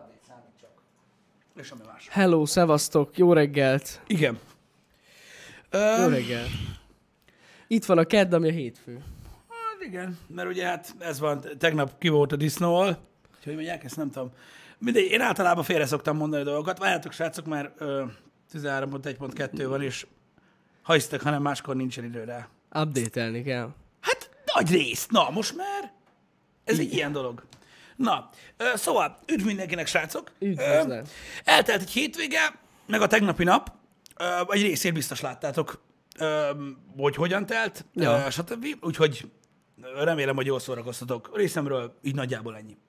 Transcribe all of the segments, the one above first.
update számít csak. És semmi más. Hello, szevasztok, jó reggelt. Igen. Jó reggelt. Itt van a kedd, ami a hétfő. Hát igen, mert ugye hát ez van, tegnap ki volt a disznóval, hogy mondják, ezt nem tudom. Mindegy, én általában félre szoktam mondani dolgokat. Várjátok, srácok, mert 13.1.2 van, és ha hisztek, hanem máskor nincsen idő rá. Update-elni kell. Hát nagy részt, na most már. Ez egy ilyen dolog. Na, szóval üdv mindenkinek, srácok. Üdvözlet. Eltelt egy hétvége, meg a tegnapi nap. Egy részét biztos láttátok, hogy hogyan telt, Ja. stb. Úgyhogy remélem, hogy jól szórakoztatok. Részemről így nagyjából ennyi.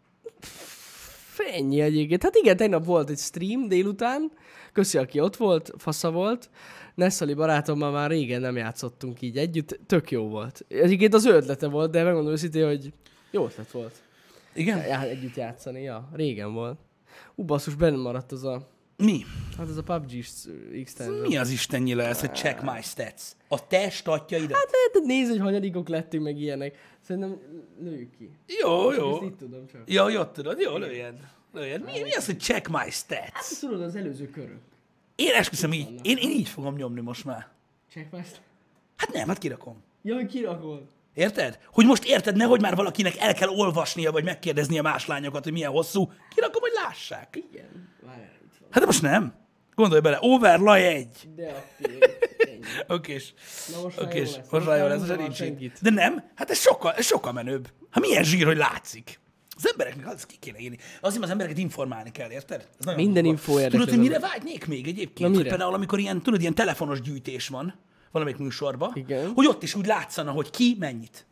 Ennyi egyébként. Hát igen, tegnap volt egy stream délután. Köszi, aki ott volt, fasza volt. Nessali barátommal már régen nem játszottunk így együtt. Tök jó volt. Egyébként az ő ötlete volt, de megmondom őszintén, hogy jó ötlet volt. Igen? Együtt játszani, ja. Régen volt. Basszus, benne maradt az a... Mi? Hát az a PUBG extension. Mi az istennyire ez, hogy check my stats? A te statjaidat? Hát lehet nézni, hogy hanyadikok lettünk, meg ilyenek. Szerintem lőjük ki. Jó, Ezt jó. itt tudom csak. Jó, jót tudod. Jó, lőjed. Mi az, hogy check my stats? Hát tudod, az előző körök. Én esküszöm így. Én így fogom nyomni most már. Check my... Hát nem, hát kirakom. Ja, hogy kirakod. Érted? Hogy most érted, nehogy már valakinek el kell olvasnia, vagy megkérdeznie más lányokat, hogy milyen hosszú. Kirakom, hogy lássák. Igen. Várjál, itt van. Hát de most nem. Gondolj bele, overlay 1. Deactivate. Okés. Na most már Okés. jó lesz. Most már jó lesz, nem az zavar nincs. senkit. De nem, hát ez sokkal menőbb. Hát milyen zsír, hogy látszik. Az embereknek az ki kéne írni. Azért az embereket informálni kell, érted? Ez nagyon Minden durva. info érdekel. Tudod, hogy mire vágynék még egyébként? Na, Hogy mire? például, amikor ilyen, tudod, ilyen telefonos gyűjtés van valamelyik műsorban, Igen. hogy ott is úgy látszana, hogy ki mennyit.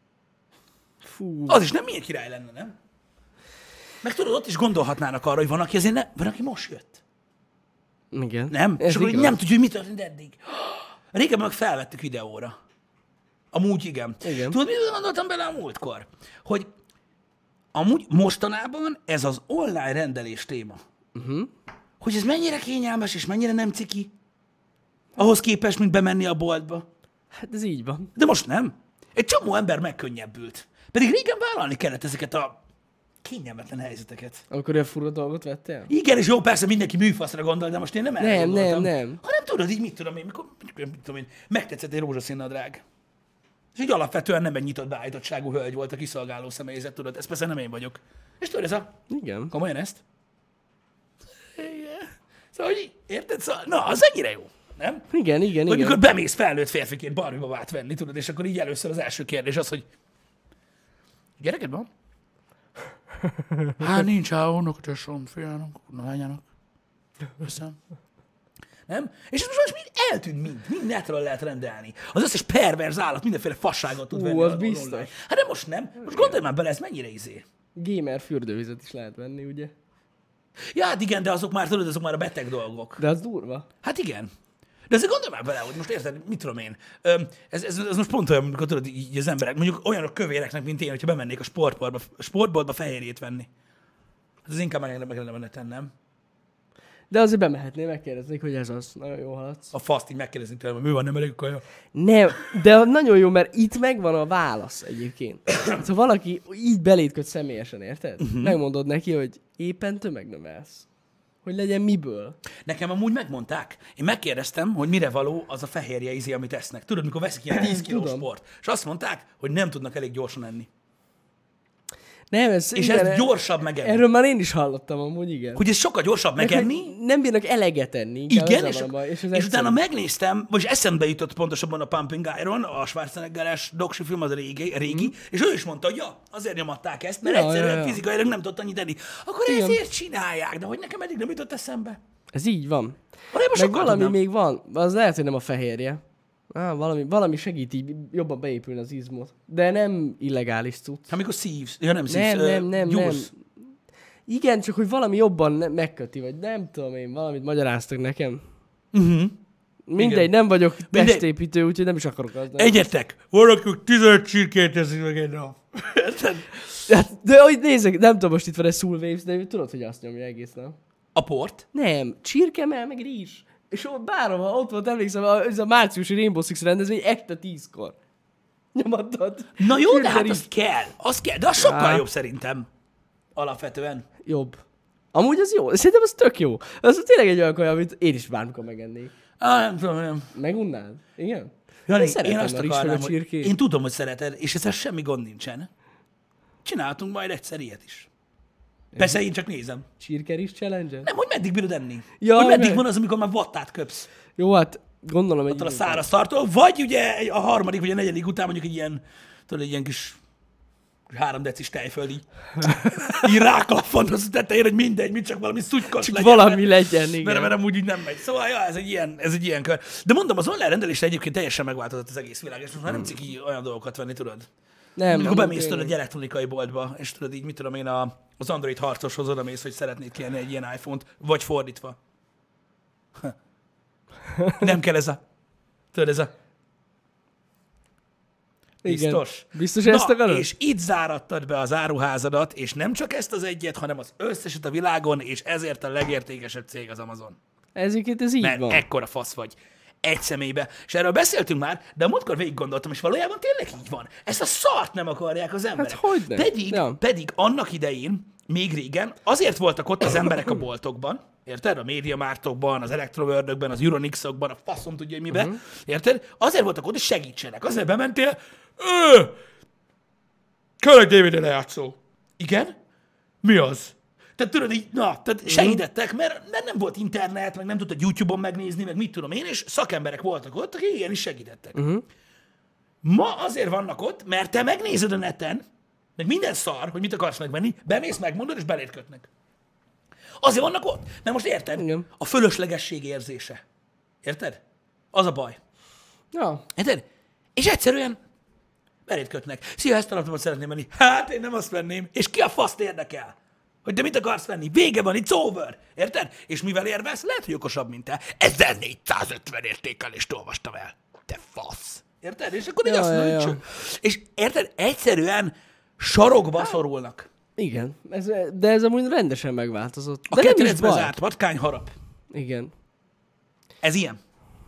Fú. Az is nem milyen király lenne, nem? Meg tudod, ott is gondolhatnának arra, hogy van, aki azért van, aki most jött. Igen. Nem? Ez És akkor így igaz. nem tudja, hogy mi történt eddig. Régen meg felvettük videóra. Amúgy igen. Igen. Tudod, mit gondoltam bele a múltkor? Hogy amúgy mostanában ez az online rendelés téma. Hogy ez mennyire kényelmes, és mennyire nem ciki. Ahhoz képest, mint bemenni a boltba. Hát ez így van. De most nem. Egy csomó ember megkönnyebbült. Pedig régen vállalni kellett ezeket a kényelmetlen helyzeteket. Amikor olyan fura dolgot vettél? Igen, és jó, persze mindenki műfaszra gondol, de most én nem erre Nem, gondoltam. nem. Hanem tudod, így mit tudom én, mikor mit tudom én, megtetszett egy rózsaszín nadrág. És így alapvetően nem egy nyitott beállítottságú hölgy volt a kiszolgáló személyzet, tudod, ez persze nem én vagyok. És tudod, ez a... Igen. Komolyan ezt? Igen. Szóval, hogy érted? Szóval, na, az ennyire jó, nem? Igen. Hogy mikor bemész felnőtt férfiként Barbie babát venni, tudod, és akkor így először az első kérdés az, hogy gyereked van? Hát nincs, unokatesom, fiának, lányának. Köszönöm. Nem? És ez most mind eltűnt mind netről lehet rendelni. Az összes perverz állat mindenféle fasságot tud venni. az online. biztos. Hát de most nem. Most gondolj már bele, ez mennyire izé. Gamer fürdővizet is lehet venni, ugye? Ja, hát igen, de azok már, tudod, azok már a beteg dolgok. De az durva. Hát igen. De azért gondolj már bele, hogy most érted, mit tudom én. Ez most pont olyan, amikor tudod, így az emberek, mondjuk olyanok kövéreknek, mint én, hogyha bemennék a sportboltba fehérjét venni. Hát az inkább meg lenne benne tennem. De azért bemehetnél, megkérdeznék, hogy ez az. Nagyon jó haladsz. A faszt így megkérdezni tőlem, hogy mi van, nem elég kaja. Nem, de nagyon jó, mert itt megvan a válasz egyébként. Szóval valaki így beléd köt személyesen, érted? Megmondod neki, hogy éppen tömegnövelsz. Hogy legyen miből. Nekem amúgy megmondták. Én megkérdeztem, hogy mire való az a fehérje izé, amit esznek. Tudod, mikor veszik ilyen 10 kilós Tudom. sport. És azt mondták, hogy nem tudnak elég gyorsan enni. Nem, ez, És igen, ez gyorsabb megenni. Erről már én is hallottam amúgy, igen. Hogy ez sokkal gyorsabb Meg, megenni. hogy nem bírnak eleget enni. inkább Igen, ezzel van a baj, és az utána egyszerű. megnéztem, vagy eszembe jutott pontosabban a Pumping Iron, a Schwarzeneggeres doksi film, az a régi, és ő is mondta, hogy ja, azért nyomatták ezt, mert Ja, egyszerűen ja. fizikailag nem tudott annyit enni. Akkor Igen. ezért csinálják, de hogy nekem eddig nem jutott eszembe. Ez így van. Valójában Meg sokkal valami tudnám. még van, az lehet, hogy nem a fehérje. Valami segít így jobban beépülni az izmot. De nem illegális cucc. Amikor szívsz, ja nem szívsz, Nem. gyúrsz. Igen, csak hogy valami jobban megköti, vagy nem tudom én, valamit magyaráztak nekem. Mindegy, Igen. nem vagyok Mindegy. testépítő, úgyhogy nem is akarok az. Egyetek! Valaki 15 csirkét eszik meg egy nap. Érted? De hogy nézzek, nem tudom, most itt van egy Soul Waves, de tudod, hogy azt nyomja egész nap. A port? Nem, csirkemell, meg rizs. És bárhol, ott volt, emlékszem, ez a márciusi Rainbow Six rendezvény este 10-kor. Nyomadtad. Na jó, de hát Csirke az kell, de az sokkal jobb szerintem. Alapvetően. Jobb. Amúgy az jó. Szerintem az tök jó. Az tényleg egy olyan kaja, amit én is bármikor megennék. Nem tudom, nem. Megunnád? Igen? Jani, szeretem én azt a rizsfél akarnám, hogy csirkét. én tudom, hogy szereted, és ezzel semmi gond nincsen. Csináltunk majd egyszer ilyet is. Persze én csak nézem. Csirkeris challenge? Nem, hogy meddig bírod enni. Ja, hogy meddig meg- van az, amikor már vattát köpsz Jó, hát gondolom egy... attól a száraz tartól, vagy ugye a harmadik vagy a negyedik után mondjuk egy ilyen, tudod, egy ilyen kis 3 decis tejföld így ráklafban az tetején, hogy mindegy, mit csak valami szutykos Csak legyen. valami legyen, igen. Mert amúgy így nem megy. Szóval, ja, ez egy ilyen kör. De mondom, az online rendelésre egyébként teljesen megváltozott az egész világ, és most már nem ciki olyan dolgokat venni, tudod? Nem, Amikor amúgy bemész tudod tényleg. egy elektronikai boltba, és tudod így, mit tudom én, az Android harcoshoz odamész, hogy szeretnéd kérni egy ilyen iPhone-t, vagy fordítva. Nem kell ez a... Tudod, ez a... Igen. Biztos. Biztos ezt akarod? És itt zárattad be az áruházadat, és nem csak ezt az egyet, hanem az összeset a világon, és ezért a legértékesebb cég az Amazon. Ezeket ez így Mert van. ekkora fasz vagy. Egy személybe. És erről beszéltünk már, de a múltkor végig gondoltam, és valójában tényleg így van. Ezt a szart nem akarják az emberek. Hát hogyne? Ja. Pedig annak idején, még régen, azért voltak ott az emberek a boltokban, érted? A MediaMarktokban, az Electroworldökben, az Euronixokban, a faszom tudja, hogy miben, érted? Azért voltak ott, hogy segítsenek. Azért bementél, kell egy DVD lejátszó. Igen? Mi az? Tehát tudod így, tehát segítettek, mert nem volt internet, meg nem tudtad YouTube-on megnézni, meg mit tudom én, és szakemberek voltak ott, akik igenis segítettek. Ma azért vannak ott, mert te megnézed a neten, meg minden szar, hogy mit akarsz megvenni, bemész, megmondod, és beléd kötnek. Azért vannak ott. Mert most érted? Igen. A fölöslegesség érzése. Érted? Az a baj. Ja. Érted? És egyszerűen beléd kötnek. Szia, ezt a laptopot szeretném venni. Hát én nem azt venném. És ki a faszt érdekel? Hogy te mit akarsz venni? Vége van, it's over. Érted? És mivel érvelsz? Lehet, hogy okosabb, mint te. 1450 értékelést olvastam el. Te fasz. Érted? És akkor így Ja, azt mondod, ja, hogy ja. csak- És érted? Egyszerűen sarokba szorulnak. Igen. De ez amúgy rendesen megváltozott. A De nem is ketrecbe baj. zárt patkány harap. Igen. Ez ilyen.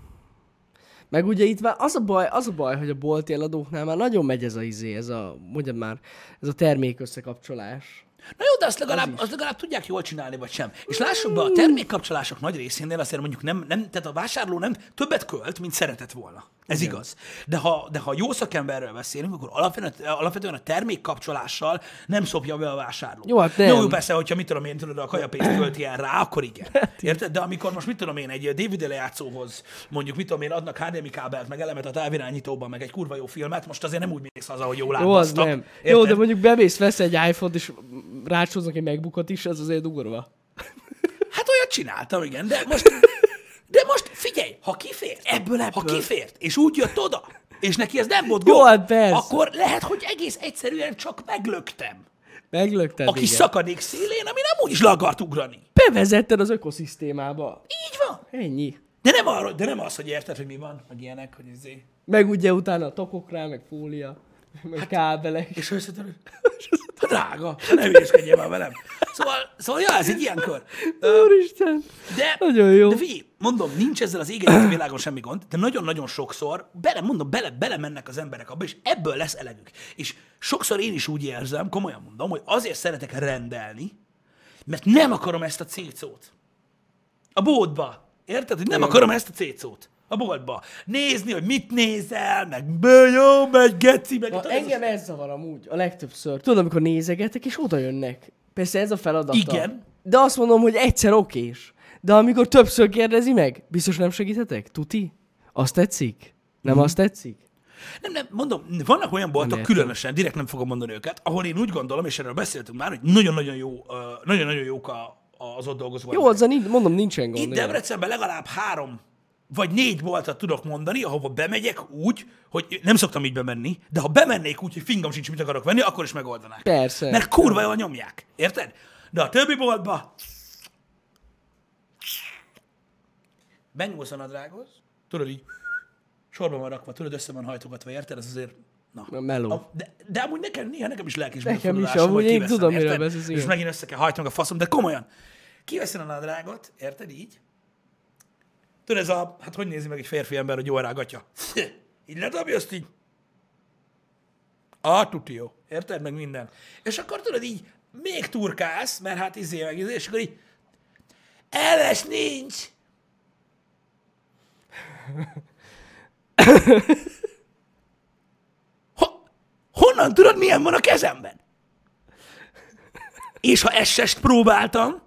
Meg ugye itt már az a baj, hogy a bolti eladóknál már nagyon megy ez a izé, ez a, mondjam már, ez a termék összekapcsolás. Na jó, de azt legalább tudják jól csinálni, vagy sem. És lássuk be, a termékkapcsolások nagy részénél azért mondjuk nem, tehát a vásárló nem többet költ, mint szeretett volna. Ez igaz. De ha jó szakemberről beszélünk, akkor alapvetően a termékkapcsolással nem szopja be a vásárló. Jó, hát nem. Jó, persze, hogyha mit tudom én, tudod, a kajapénzt költi el rá, akkor igen. Érted? De amikor most mit tudom én, egy DVD lejátszóhoz mondjuk, mit tudom én, adnak HDMI kábelt, meg elemet a távirányítóban, meg egy kurva jó filmet, most azért nem úgy mész haza, hogy jól Jó, az átbasztak. nem. Érted? Jó, de mondjuk bemész, vesz egy iPhone-t, és rácsóznak egy MacBookot is, az azért durva. Hát olyat csináltam, igen, de most figyelj, ha kifért, és úgy jött oda, és neki ez nem volt Jó, gond, hát persze. akkor lehet, hogy egész egyszerűen csak meglöktem Meglökted, a kis igen. szakadék szélén, ami nem úgy is le akart ugrani. Bevezetted az ökoszisztémába. Így van. Ennyi. De nem az, hogy érted, hogy mi van, meg ilyenek, hogy izé. Meg ugye utána a tokok rá, meg fólia, meg kábelek. És összetörő. Hát drága, ne hülyeskedjél már velem. Szóval ja, ez egy ilyen kör. Úristen. De, Nagyon jó. De figyelj, mondom, nincs ezzel az égen világon semmi gond, de nagyon-nagyon sokszor bele mennek az emberek abba, és ebből lesz elegük. És sokszor én is úgy érzem, komolyan mondom, hogy azért szeretek rendelni, mert nem akarom ezt a cécót. A boltba. Érted? Hogy nem akarom ezt a cécót. A boltba. Nézni, hogy mit nézel, meg jó, meg geci, meg... Na, engem ez zavar amúgy a legtöbbször. Tudod, amikor nézegetek, és oda jönnek. Persze ez a feladata. Igen. De azt mondom, hogy egyszer okés. De amikor többször kérdezi meg, biztos nem segíthetek? Tuti? Azt tetszik? Nem azt tetszik? Nem, mondom, vannak olyan boltok, értem. különösen, direkt nem fogom mondani őket, ahol én úgy gondolom, és erről beszéltünk már, hogy nagyon-nagyon jók az ott dolgozó Jó, emberek. azzal mondom, nincsen gond. Itt igen. Debrecenben legalább 3 vagy 4 boltot tudok mondani, ahova bemegyek úgy, hogy nem szoktam így bemenni, de ha bemennék úgy, hogy fingam sincs, mit akarok venni, akkor is megoldanák. Persze. Mert kurva jól nyomják. Érted? De a többi boltba benyúlsz a nadrághoz, tudod így, sorban van rakva, tudod, össze van hajtogatva, érted? Ez azért, na. Meló. De amúgy nekem is lelkis Nekem is, megfordulásom, amúgy hogy én kiveszem, tudom, miről érted? beszélsz, igen. És megint össze kell hajtanom a faszom, de komolyan. Kiveszed a nadrágot, érted így? Tudod, ez a, hát hogy nézi meg egy férfi ember, hogy jól rágatja? Így ledobja, azt így. Tuti jó. Érted? Meg minden. És akkor tudod így, még turkálsz, mert hát meg, és akkor így elves nincs. Honnan tudod, milyen van a kezemben? És ha SS-t próbáltam,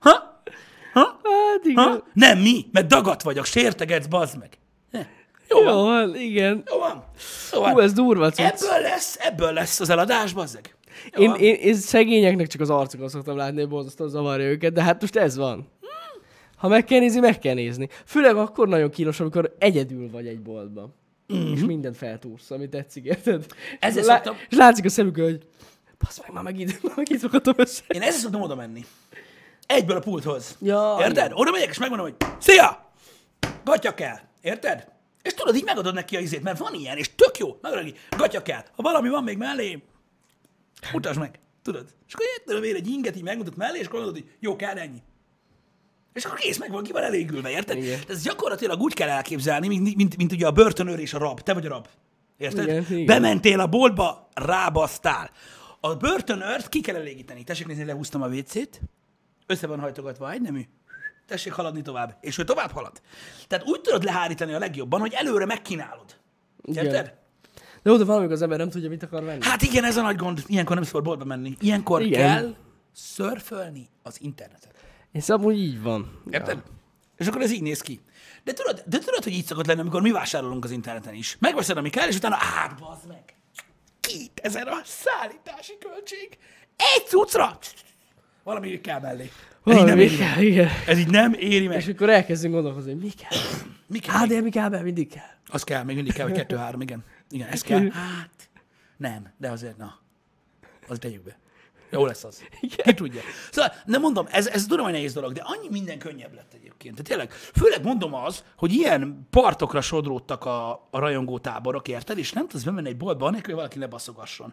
Hát igen. Nem, mi? Mert dagat vagyok, sértegetsz, bazd meg. Jó van. Jó van, igen. Jó van. Jó van. Hú, ez durva cucc. Ebből lesz az eladás, bazd meg. Én szegényeknek csak az arcukat szoktam látni, hogy borzasztóan zavarja őket, de hát most ez van. Ha meg kell nézni, meg kell nézni. Főleg akkor nagyon kínos, amikor egyedül vagy egy boltban. És mindent feltúrsz, amit tetszik, érted? Ezzel szoktam... És látszik a szemükön, hogy basz meg, már megint szokhatom össze. Én ezzel szoktam oda menni. Egyből a pulthoz. Ja, érted? igen. Oda megyek, és megmondom, hogy szia! Gatya kell. Érted? És tudod, így megadod neki a izét, mert van ilyen, és tök jó. Megadod neki, gatya kell. Ha valami van még mellé, mutasd meg. Tudod? És akkor érted, én egy inget így megmutat mellé, és akkor mondod, hogy jó, kell ennyi. És akkor kész, meg van, ki van elégülve, érted? Igen. Ez gyakorlatilag úgy kell elképzelni, mint ugye a börtönőr és a rab. Te vagy a rab. Érted? Igen. Bementél a boltba, rábasztál. A börtönőrt ki kell elégíteni. Tessék nézni, lehúztam a WC-t, össze van hajtogatva egy nemű. Tessék haladni tovább. És ő tovább halad. Tehát úgy tudod lehárítani a legjobban, hogy előre megkínálod. Érted? Igen. De oda valamikor az ember nem tudja, mit akar venni. Hát igen, ez a nagy gond. Ilyenkor nem szabad boltba menni. Ilyenkor Igen. kell szörfölni az internetet. És amúgy így van. Érted? Ja. És akkor ez így néz ki. De tudod, hogy így szokott lenni, amikor mi vásárolunk az interneten is. Megveszed, ami kell, és utána, bazd meg. 2000 a szállítási költség. Egy cuccra. Valami kell mellé. Ez így nem éri meg. Igen. Ez így nem éri meg. És akkor elkezdünk gondolkozni, hogy mi kell. Mi kell? HDMI kábel mindig kell. Az kell, még mindig kell, hogy 2-3, igen. Igen, ez kell. Hát, nem, de azért, na. Az tegyük be. Jó lesz az. Igen. Ki tudja. Szóval, nem mondom, ez tudom, hogy nehéz dolog, de annyi minden könnyebb lett egyébként. Tehát tényleg, főleg mondom az, hogy ilyen partokra sodródtak a rajongó táborok, érted? És nem tudsz bemenni egy boltba, anélkül, hogy valaki ne baszogasson.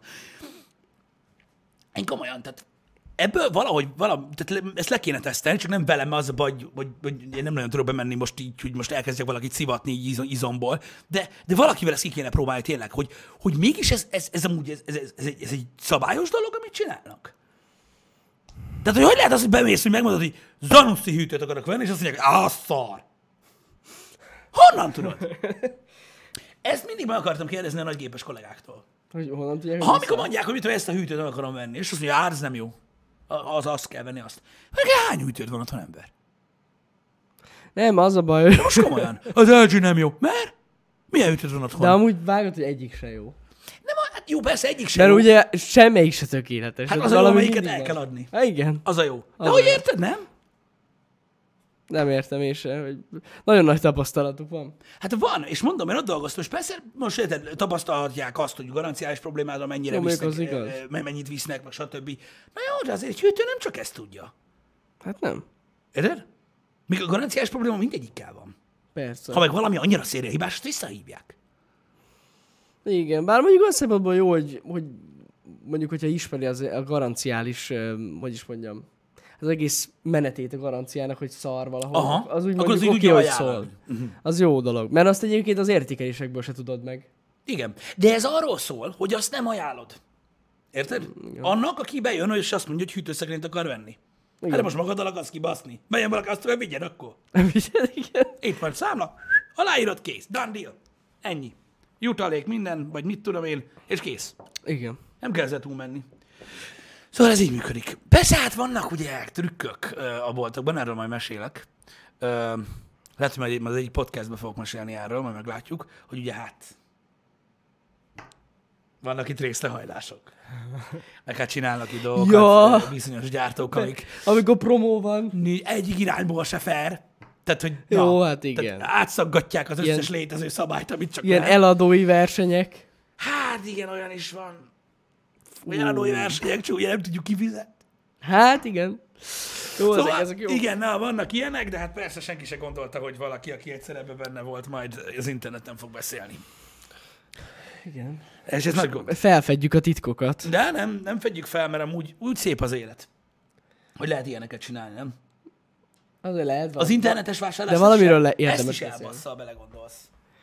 Én komolyan, tehát ebből valahogy tehát ezt le kéne tesztelni, csak nem velem, mert az a baj, hogy én nem nagyon tudok bemenni most így, hogy most elkezdjek valakit szivatni így izomból, de valakivel ezt ki kéne próbálni tényleg, hogy mégis ez amúgy ez egy szabályos dolog, amit csinálnak. Tehát, hogy lehet az, hogy bemész, hogy megmondod, hogy Zanussi hűtőt akarok venni, és azt mondják, szar. Honnan tudod? Ezt mindig meg akartam kérdezni a nagygépes kollégáktól. Hogy honnan tudják, Ha amikor mondják, hogy mit, ezt a hűtőt el akarom venni, és azt mondja, ez nem jó. Azt kell venni azt. Hány hűtőt van otthon, ember? Nem, az a baj, hogy... De most komolyan. Az LG nem jó. Mert? Milyen hűtőt van otthon? De amúgy vágod, hogy egyik se jó. Nem, hát jó, persze egyik sem Mert jó. ugye semmelyik se tökéletes. Hát Ez az a jó, valami amelyiket mindig el van. kell adni. Há, igen. Az a jó. De Az hogy a jó. érted, nem? Nem értem én sem, hogy nagyon nagy tapasztalatuk van. Hát van, és mondom, én ott dolgoztam, és persze most érted, tapasztalhatják azt, hogy garanciális problémádra mennyire Jó, még visznek, az igaz. mennyit visznek, meg stb. Na jó, de azért egy hűtő nem csak ezt tudja. Hát nem. Érted? Míg a garanciás probléma mindegyikkel van. Persze. Ha meg valami annyira szériahibás, azt visszahívják. Igen, bár mondjuk az szempontból jó, hogy mondjuk, hogyha ismeri a garanciális, hogy is mondjam, az egész menetét a garanciának, hogy szar valahol. Aha, Az úgy akkor mondjuk az így oké, hogy tudja szól. ajánlani. Az jó dolog. Mert azt egyébként az értékelésekből se tudod meg. Igen. De ez arról szól, hogy azt nem ajánlod. Érted? Annak, aki bejön, és azt mondja, hogy hűtőszekrényt akar venni. Hát de most magaddal akarsz kibaszni. Bejön valaki, azt mondja, vigyed akkor. Igen. Itt van számla, aláírod, kész. Done deal. Ennyi. Jutalék, minden, vagy mit tudom én, és kész. Igen. Nem kell ezzel túlmenni. Szóval ez így működik. Persze hát vannak ugye trükkök a boltokban, erről majd mesélek. Lehet, hogy majd egy podcastben fogok mesélni erről, majd meglátjuk, hogy ugye hát vannak itt részlehajlások. Meg hát csinálnak itt dolgokat, bizonyos gyártók, amik Amikor promó van. egyik irányból se fair. Tehát, hogy Jó, hát igen. Tehát átszaggatják az összes Ilyen- létező szabályt, amit csak Ilyen lehet. eladói versenyek. Hát igen, olyan is van. Olyan adói versenyek, csak ugye nem tudjuk kifizet. Hát igen. Jó, Szóval, ezek jó. igen, na, vannak ilyenek, de hát persze senki se gondolta, hogy valaki, aki egyszer ebben benne volt, majd az interneten fog beszélni. Igen. És ez nagy gond. Felfedjük a titkokat. De nem fedjük fel, mert amúgy úgy szép az élet, hogy lehet ilyeneket csinálni, nem? Azért lehet. Az internetes vásárlás De valamiről ezt érdemes is beszélni. elbassza, ha belegondolsz.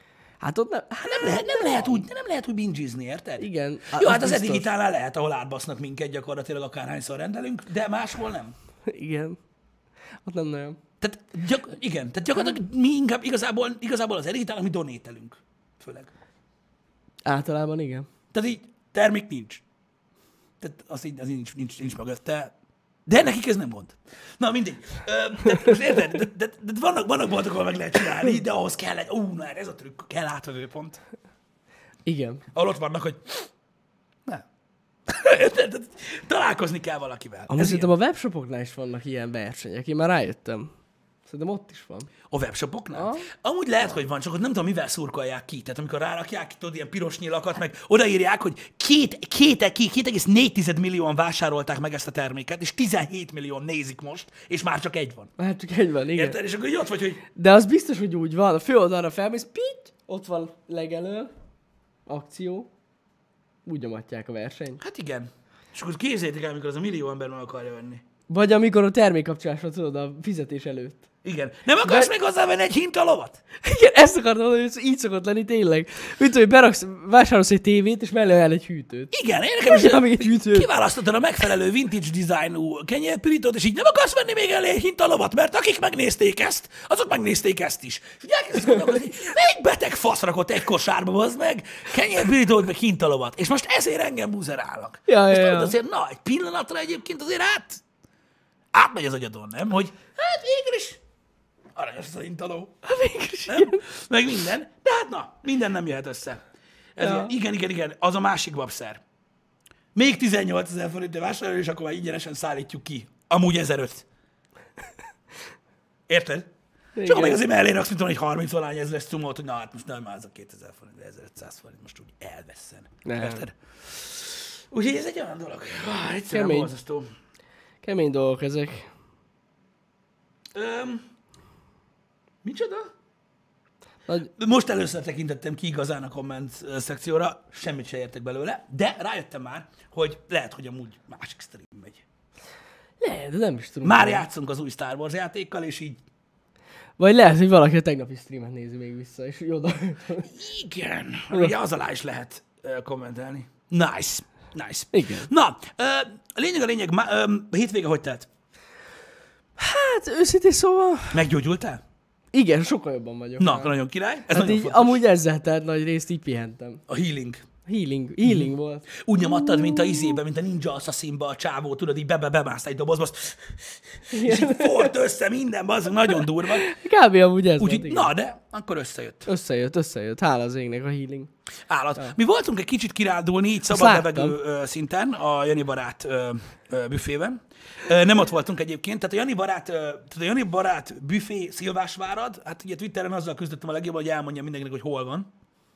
Hát ott nem... Nem lehet úgy bingizni, érted? Igen. Jó, hát az biztos. Edigitálnál lehet, ahol átbasznak minket gyakorlatilag akárhányszor rendelünk, de máshol nem. Igen. Ott nem nagyon. Tehát, tehát gyakorlatilag mi inkább igazából az Edigitálnak mi donételünk. Főleg. Általában igen. Tehát így termék nincs. Tehát az így nincs mögötte. De nekik ez nem gond. Na, mindegy. Tehát most érted? De vannak boltok, ahol meg lehet csinálni, de ahhoz kell egy... ez a trükk, kell átvevőpont. Igen. Ahol ott vannak, hogy... Nem. Érted? Találkozni kell valakivel. Amúgy szerintem a webshopoknál is vannak ilyen versenyek. Én már rájöttem. Szerintem ott is van. A webshopoknál? Amúgy lehet, hogy van, csak ott nem tudom, mivel szurkolják ki. Tehát amikor rárakják ki, tudod, ilyen piros nyilakat, meg odaírják, hogy 2,4 millióan vásárolták meg ezt a terméket, és 17 millió nézik most, és már csak egy van. Hát csak egy van, igen. Érted? És akkor így ott vagy, hogy... De az biztos, hogy úgy van. A főoldalra felmész, pitty, ott van legelő, akció, úgy nyomatják a versenyt. Hát igen. És akkor képzeljétek el, amikor az a millió ember meg akarja venni. Vagy amikor a termékkapcsolásra tudod, a fizetés előtt. Igen. Nem akarsz még hozzávenni egy hintalovat? Igen, ezt akartam mondani, hogy így szokott lenni tényleg. Mint hogy vásárolsz egy tévét, és mellé el egy hűtőt. Igen, én nekem Még egy hűtőt. kiválasztottad a megfelelő vintage designú kenyérpirítót, és így nem akarsz venni még elé egy hintalovat, mert akik megnézték ezt, azok megnézték ezt is. És ugye elkezdesz gondolkodni, hogy melyik beteg fasz rakott egy kosárba, bazd meg, kenyérpirítót, meg hintalovat. És most ezért engem buzerálnak. Ja, és ja, tudod, ja. azért, na, egy pillanatra egyébként azért átmegy az agyadon, nem? Hogy hát végül is aranyos az a hintaló. Nem? Meg minden. De hát na, minden nem jöhet össze. Ja. Igen, az a másik babszer. Még 18 000 forintért vásárolja, és akkor már ingyenesen szállítjuk ki. Amúgy 1005. Érted? És akkor még azért mellé raksz, mint egy 30-valány ezres cumót, hogy na hát most nem már az a 2000 forint, de 1500 forint most úgy elvesszen. Nem. Érted? Úgyhogy ez egy olyan dolog. Egyszerűen Kemény. borzasztó. Kemény dolgok ezek. Micsoda? Nagy... Most először tekintettem ki igazán a komment szekcióra, semmit se értek belőle, de rájöttem már, hogy lehet, hogy amúgy másik stream megy. Ne, de nem is tudom. Már játszunk az új Star Wars játékkal, és így Vagy lehet, hogy valaki a tegnapi streamet nézi még vissza, és oda... igen, ugye az alá is lehet kommentelni. Nice. Igen. Na, a lényeg, hétvége hogy telt? Hát őszintén szóval... Meggyógyultál? Igen, sokkal jobban vagyok. Na, már. nagyon király. Ez Hát nagyon így, fontos. amúgy ezzel telt nagy részt így pihentem. A healing. Healing volt. Úgy nyomattad, mint a izébe, mint a Ninja Assassinba a csávó, tudod, így bemászta egy dobozba, és így fort össze minden, az nagyon durva. Kb. Amúgy ez volt, Úgyhogy, igen. na, de akkor összejött. Összejött. Hála az égnek a healing. Állat. Ja. Mi voltunk egy kicsit kirándulni, így szabad levegő szinten, a Jani barát büfében. Nem ott voltunk egyébként, tehát a Jani barát büfé Szilvásvárad, hát ugye Twitteren azzal küzdöttem a legjobban, hogy elmondjam mindenkinek, hogy hol van.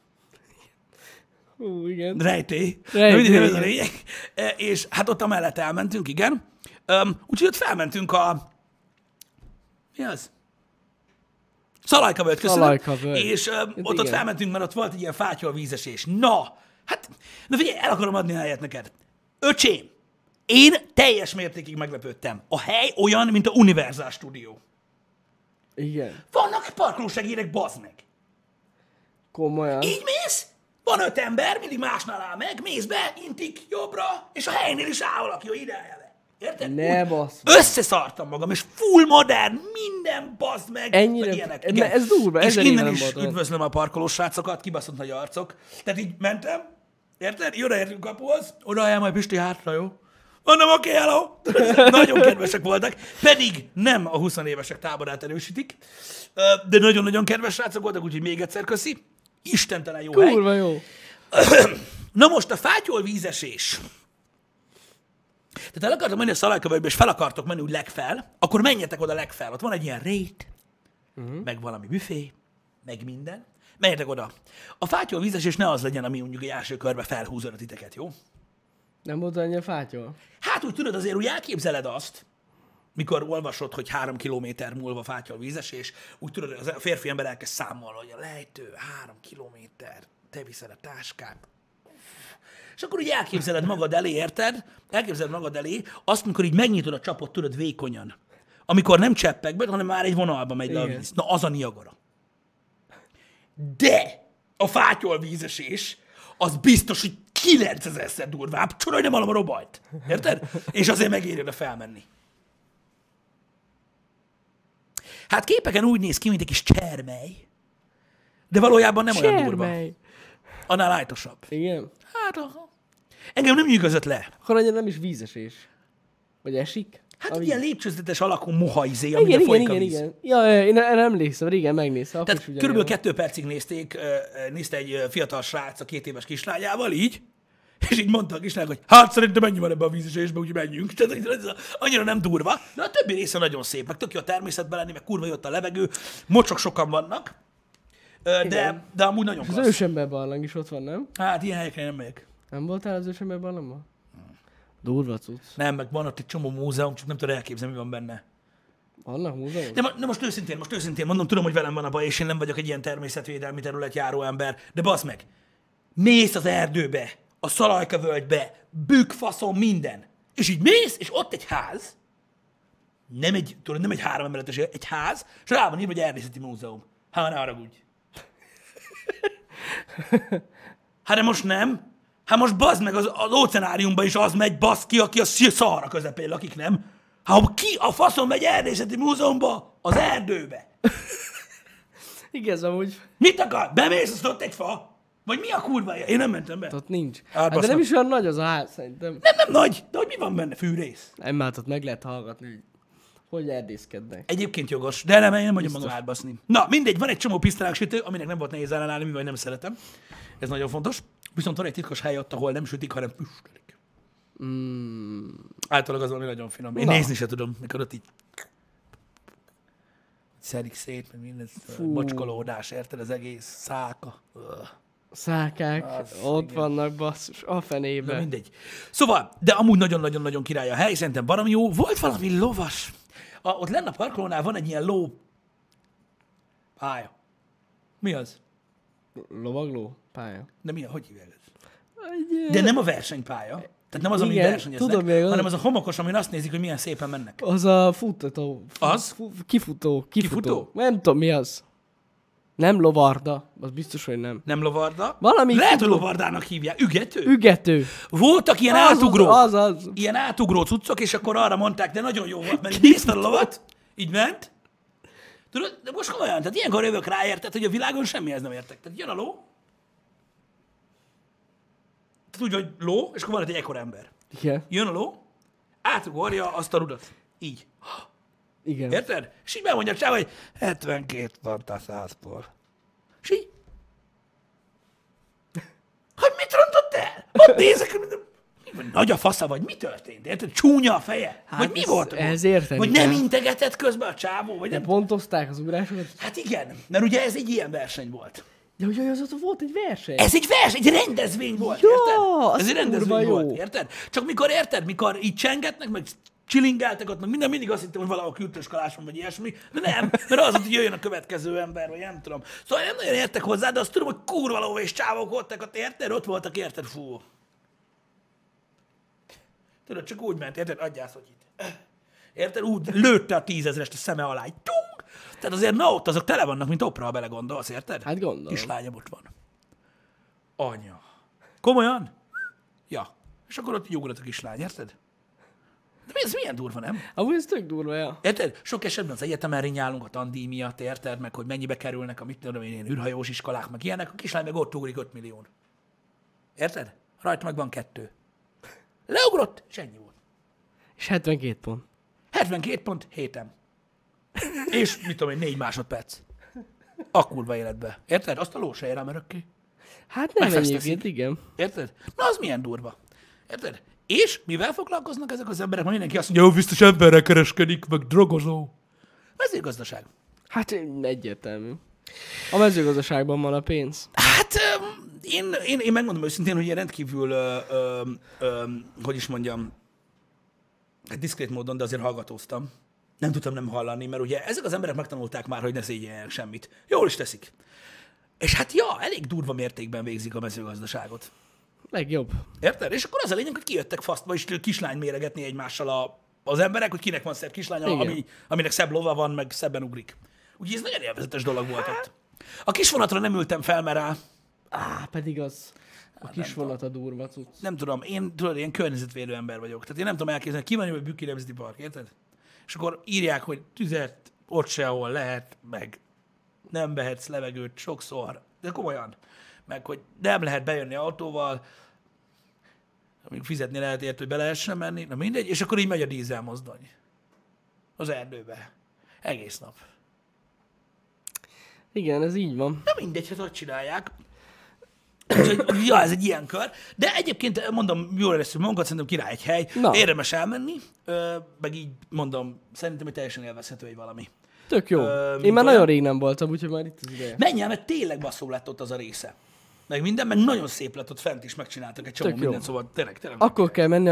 Igen. Rejtély. Rejtély. Ez a lényeg. És hát ott amellett elmentünk, igen. Úgyhogy ott felmentünk a... Mi az? Szalajkavölgy, köszönöm. Szalajkavölgy. És ott igen. felmentünk, mert ott volt egy ilyen fátyolvízesés. Na figyelj, el akarom adni a helyet neked. Öcsém, én teljes mértékig meglepődtem. A hely olyan, mint a Universal Studio. Igen. Vannak parkolósegérek, bazd meg. Komolyan. Így mész, van 5 ember, mindig másnál áll meg, mész be, intik jobbra, és a helynél is áll valaki, hogy ide állj le. Érted? Ne Úgy bassz. összeszartam magam, és full modern, minden bazd meg. Ennyire- meg ilyenek. ez durva, És ezer innen éve nem is volt olyan. üdvözlöm a parkolós srácokat, kibaszott nagy arcok. Tehát így mentem, érted? Odaértünk kapuhoz, odaálljál majd Pisti hátra, jó? Mondom, oké, hello. Nagyon kedvesek voltak, pedig nem a 20 évesek táborát erősítik, de nagyon-nagyon kedves srácok voltak, úgyhogy még egyszer köszi. Istentelen jó hely. Kurva jó. Na most a fátyolvízesés. Tehát el akartok menni a Szalajkavölgybe, és fel akartok menni úgy legfel, akkor menjetek oda legfel. Ott van egy ilyen rét, meg valami büfé, meg minden. Menjetek oda. A fátyolvízesés ne az legyen, ami mondjuk egy első körbe felhúzod a titeket, jó? Nem volt annyi a fátyol? Hát úgy tudod, azért úgy elképzeled azt, mikor olvasod, hogy 3 kilométer múlva fátyolvízesés, úgy tudod, hogy a férfi ember elkezd számolni, hogy a lejtő 3 kilométer, te viszed a táskát. És akkor úgy elképzeled magad elé, érted? Elképzeled magad elé azt, amikor így megnyitod a csapot, tudod, vékonyan. Amikor nem cseppek be, hanem már egy vonalba megy le a Igen. víz. Na, az a Niagara. De a fátyol vízesés, az biztos, hogy 9000-szer durvább, csoda, hogy nem hallom a robajt. Érted? És azért megéri oda felmenni. Hát képeken úgy néz ki, mint egy kis csermely, de valójában nem olyan durva. Csermely. Annál lájtosabb. Igen. Hát, aha. Engem nem nyűgözött le. Akkor annyira nem is vízesés. Vagy esik? Hát A ilyen lépcsőzetes alakú moha izé, Igen, amiben igen, folyik a igen, víz. igen. Ja, én erre emlékszem, régen megnéztem. akkor is Tehát ugyanilyen körülbelül 2 percig nézte egy fiatal srác a 2 éves kislányával, így, és így mondta a kislány, hogy hát szerintem ennyi van ebbe a vízesésbe, úgyhogy menjünk. Tehát ez annyira nem durva, de a többi része nagyon szép, meg tök jó a természetben lenni, meg kurva jó ott a levegő, mocsok sokan vannak, de amúgy nagyon Az klassz. ősember barlang is ott van, nem? Hát ilyen helyekre nem megyek. Nem voltál az ősember barlangban? Durva cucc. Nem, meg van ott egy csomó múzeum, csak nem tudom elképzelni, mi van benne. Vannak múzeumok? De most őszintén mondom, tudom, hogy velem van a baj, és én nem vagyok egy ilyen természetvédelmi terület járó ember, de bassz meg, mész az erdőbe, a Szalajka völgybe, bükkfaszon, minden. És így mész, és ott egy ház, nem egy 3 emeletes, egy ház, és rá van írva, hogy Erdészeti Múzeum. Hát ne haragudj. Hát de most nem. Hát most bazd meg, az óceánáriumban is az megy, basz ki, aki a Szahara közepén lakik, nem? Hát ki a faszon megy Erdészeti Múzeumba? Az erdőbe. Igaz, amúgy Mit akar? Bemész, azt ott egy fa? Vagy mi a kurva? Én nem mentem be. ott nincs. Hát, Hát, de basz nem meg. is olyan nagy az a ház, szerintem. Nem nagy, de hogy mi van benne? Fűrész. Nem, hát ott meg lehet hallgatni, hogy erdészkednek. Egyébként jogos, de nem, én nem vagyok magam átbaszni. Na, mindegy, van egy csomó pisztrágsütő, aminek nem volt nehéz ellenállni, mivel nem szeretem. Ez nagyon fontos. Viszont van egy titkos hely ott, ahol nem sütik, hanem füstölik. Általában az valami nagyon finom. Én nézni se tudom, mikor ott így szedik szét, meg minden mocskolódás, érted, az egész száka. Szákák, Az, ott igen. vannak, basszus, a Na fenébe. mindegy. Szóval, de amúgy nagyon-nagyon-nagyon király a hely, szerintem baromi jó. Volt valami lovas. Ott lenne a parkolónál van egy ilyen ló pálya. Mi az? Lovagló pálya. De mi a, hogy hívják ez? Egy, De nem a versenypálya. Tehát nem az, ami Igen, versenyeznek, tudom, mire hanem az a homokos, amin azt nézik, hogy milyen szépen mennek. az a futtató. Az? Kifutó. Kifutó? Nem tudom, mi az. Nem lovarda, az biztos, hogy nem. Nem lovarda. Valami Lehet, hogy futó. lovardának hívják. Ügető? Ügető. Voltak ilyen Az, átugrók. az. Ilyen átugró cuccok, és akkor arra mondták, de nagyon jó volt, mert így nézte a lovat, így ment. Tudod, de most komolyan, tehát ilyenkor jövök rá, érted, hogy a világon semmihez nem értek. Tehát jön a ló, tehát úgy, hogy ló, és akkor van ott egy ekkor ember. Igen. Jön a ló, átugorja azt a rudat. Így. Igen. Érted? És így bemondja a csáv, hogy 72 pont a 100-ból. És így. Hogy mit rontott el? Ott nézek, nagy a fasza, vagy mi történt? Érted? Csúnya a feje? Hát Vagy mi ez- volt? ez érteni Vagy nem kell. integetett közben a csávó? Vagy De nem? pontozták az ugrásokat? Hát igen, mert ugye ez egy ilyen verseny volt. Ja, hogy az ott volt egy verseny. Ez egy verseny, egy rendezvény volt, Ja, érted? az Ez egy kurva rendezvény jó. volt, érted? Csak mikor érted, mikor így csengetnek, meg csilingeltek ott, meg minden, mindig azt hittem, hogy valahol kürtöskaláson vagy ilyesmi, de nem, mert az, hogy jöjjön a következő ember, vagy nem tudom. Szóval nem nagyon értek hozzá, de azt tudom, hogy kurva lóvé és csávok voltak ott, érted? Ott voltak, érted? Fú. Tudod, csak úgy ment, érted? Adjász, hogy itt. Érted? Úgy lőtte a 10 000-est a szeme alá, így tung! Tehát azért na ott azok tele vannak, mint opera, ha belegondolsz, érted? Hát gondolom. Kislányom ott van. Anya. Komolyan? Ja. És akkor ott így ugrott a kislány, érted? De ez milyen durva, nem? Amúgy ez tök durva, ja. Érted? Sok esetben az egyetemen rinyálunk a tandíj miatt, érted? Meg hogy mennyibe kerülnek a mit tudom én, ilyen űrhajós iskolák, meg ilyenek, a kislány meg ott ugrik 5 millión. Érted? Rajta meg van 2. Leugrott, és ennyi volt. És 72 pont. 72 pont, hétem. És mit tudom én, 4 másodperc. A kurva életbe. Érted? Azt a ló se ér ám örökké. Hát nem Megfeszteszik. egyébként, igen. Érted? Na, az milyen durva. Érted? És mivel foglalkoznak ezek az emberek? Ma mindenki azt mondja, jó, biztos emberrel kereskedik, meg drogozó. Mezőgazdaság. Hát egyértelmű. A mezőgazdaságban van a pénz. Hát én megmondom őszintén, hogy én rendkívül, hogy is mondjam, diszkrét módon, de azért hallgatóztam. Nem tudtam nem hallani, mert ugye ezek az emberek megtanulták már, hogy ne szégyeljenek semmit. Jól is teszik. És hát ja, elég durva mértékben végzik a mezőgazdaságot. Legjobb. Érted? És akkor az a lényeg, hogy kijöttek fasztba, és kislány méregetni egymással az emberek, hogy kinek van szebb kislánya, aminek szebb lova van, meg szebben ugrik. Úgyhogy ez nagyon élvezetes dolog volt ott. A kis vonatra nem ültem fel, mert Pedig az a kis vonat a durva cucc. Nem tudom, én tudod, ilyen környezetvédő ember vagyok. Tehát én nem tudom elképzelni, ki van, hogy Bükki Nemzeti Park, érted? És akkor írják, hogy tüzet ott sehol lehet, meg nem vehetsz levegőt sokszor. De komolyan. Meg, hogy nem lehet bejönni autóval, amíg fizetni lehet ért, hogy be lehessen menni, na mindegy, és akkor így megy a dízelmozdony. Az erdőbe. Egész nap. Igen, ez így van. Na mindegy, hát ott csinálják. Úgyhogy, ja, ez egy ilyen kör. De egyébként mondom, jól lesz, magunkat, szerintem király egy hely. Na. Érdemes elmenni, meg így mondom, szerintem, hogy teljesen élvezhető egy valami. Tök jó. Én már nagyon rég nem voltam, úgyhogy már itt az ideje. Menj el, mert tényleg basszó lett ott az a része. Meg minden, meg nagyon szép lett ott fent is, megcsináltak egy csomó Tök jó. mindent, szóval tényleg. Akkor kell menni,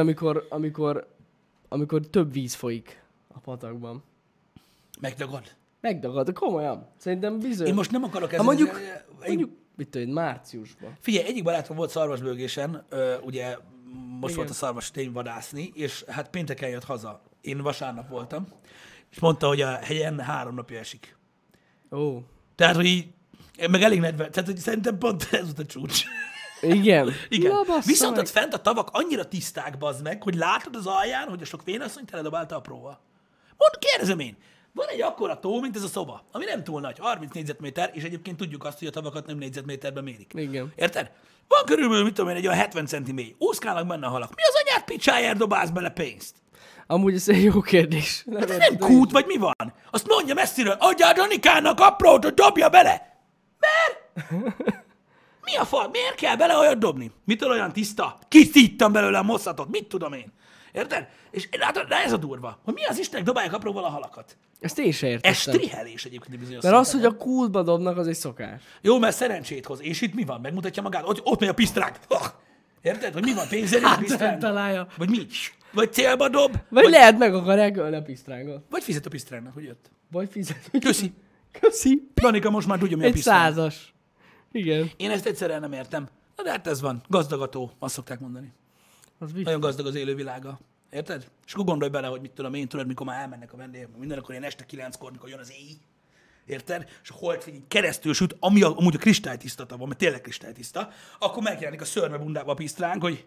amikor több víz folyik a patakban. Megdagad. Megdagad, komolyan. Szerintem bizony. Én most nem akarok Ha ezen... mondjuk, mit tudom én, márciusban. Figyelj, egyik barátom volt szarvasbőgésen, ugye most Igen. volt a szarvas tény vadászni, és hát pénteken jött haza. Én vasárnap voltam, és mondta, hogy a hegyen 3 napja esik. Ó. Tehát, hogy így, meg elég nedve, tehát, hogy szerintem pont ez volt a csúcs. Igen. Igen. Na, bassza Viszont meg. ott fent a tavak annyira tiszták, bazd meg, hogy látod az alján, hogy a sok vénasszony teledobálta apróval. Kérdezem én, van egy akkora tó, mint ez a szoba, ami nem túl nagy, 30 négyzetméter, és egyébként tudjuk azt, hogy a tavakat nem négyzetméterben mérik. Igen. Érted? Van körülbelül, mit tudom én, egy olyan 70 centi mély. Úszkálnak benne a halak. Mi az anyád picsájáért dobálsz bele pénzt? Amúgy ez egy jó kérdés. Hát nem kút, vagy mi van? Azt mondja messziről, adjál Danikának aprót, hogy dobja bele. Mert? Mi a fal? Miért kell bele olyat dobni? Mitől olyan tiszta? Kiszíttam belőle a mosszatot, mit tudom én? Érted? És látod, de ez a durva, hogy mi az Istenek dobálják apróval a halakat. Ezt én se értettem. Ez strihelés egyébként bizonyos Mert az, hogy szinten. a kultba dobnak, az egy szokás. Jó, mert szerencsét hoz. És itt mi van? Megmutatja magát? Ott megy a pisztrák. Érted? Hogy mi van? Pénzérünk a pisztrák? találja. Vagy mi? Vagy célba dob? Vagy lehet meg akarják ölni a pisztrángot. Vagy fizet a pisztráknak, hogy jött. Vagy fizet. Köszi. Köszi. Danika most már tudja, mi a Egy pisztrák. 100-as. Igen. Én ezt egyszerűen nem értem. Na de hát ez van. Gazdagató, azt szokták mondani. Az biztos. Nagyon gazdag az élővilága. Érted? És akkor gondolj bele, hogy mit tudom én, tudod, mikor már elmennek a vendégek, minden, akkor ilyen este 9-kor, mikor jön az éj. Érted? És a holdfény így keresztül süt, ami amúgy a kristálytiszta van, mert tényleg kristálytiszta, akkor megjelenik a szörmebundába a pisztránk, hogy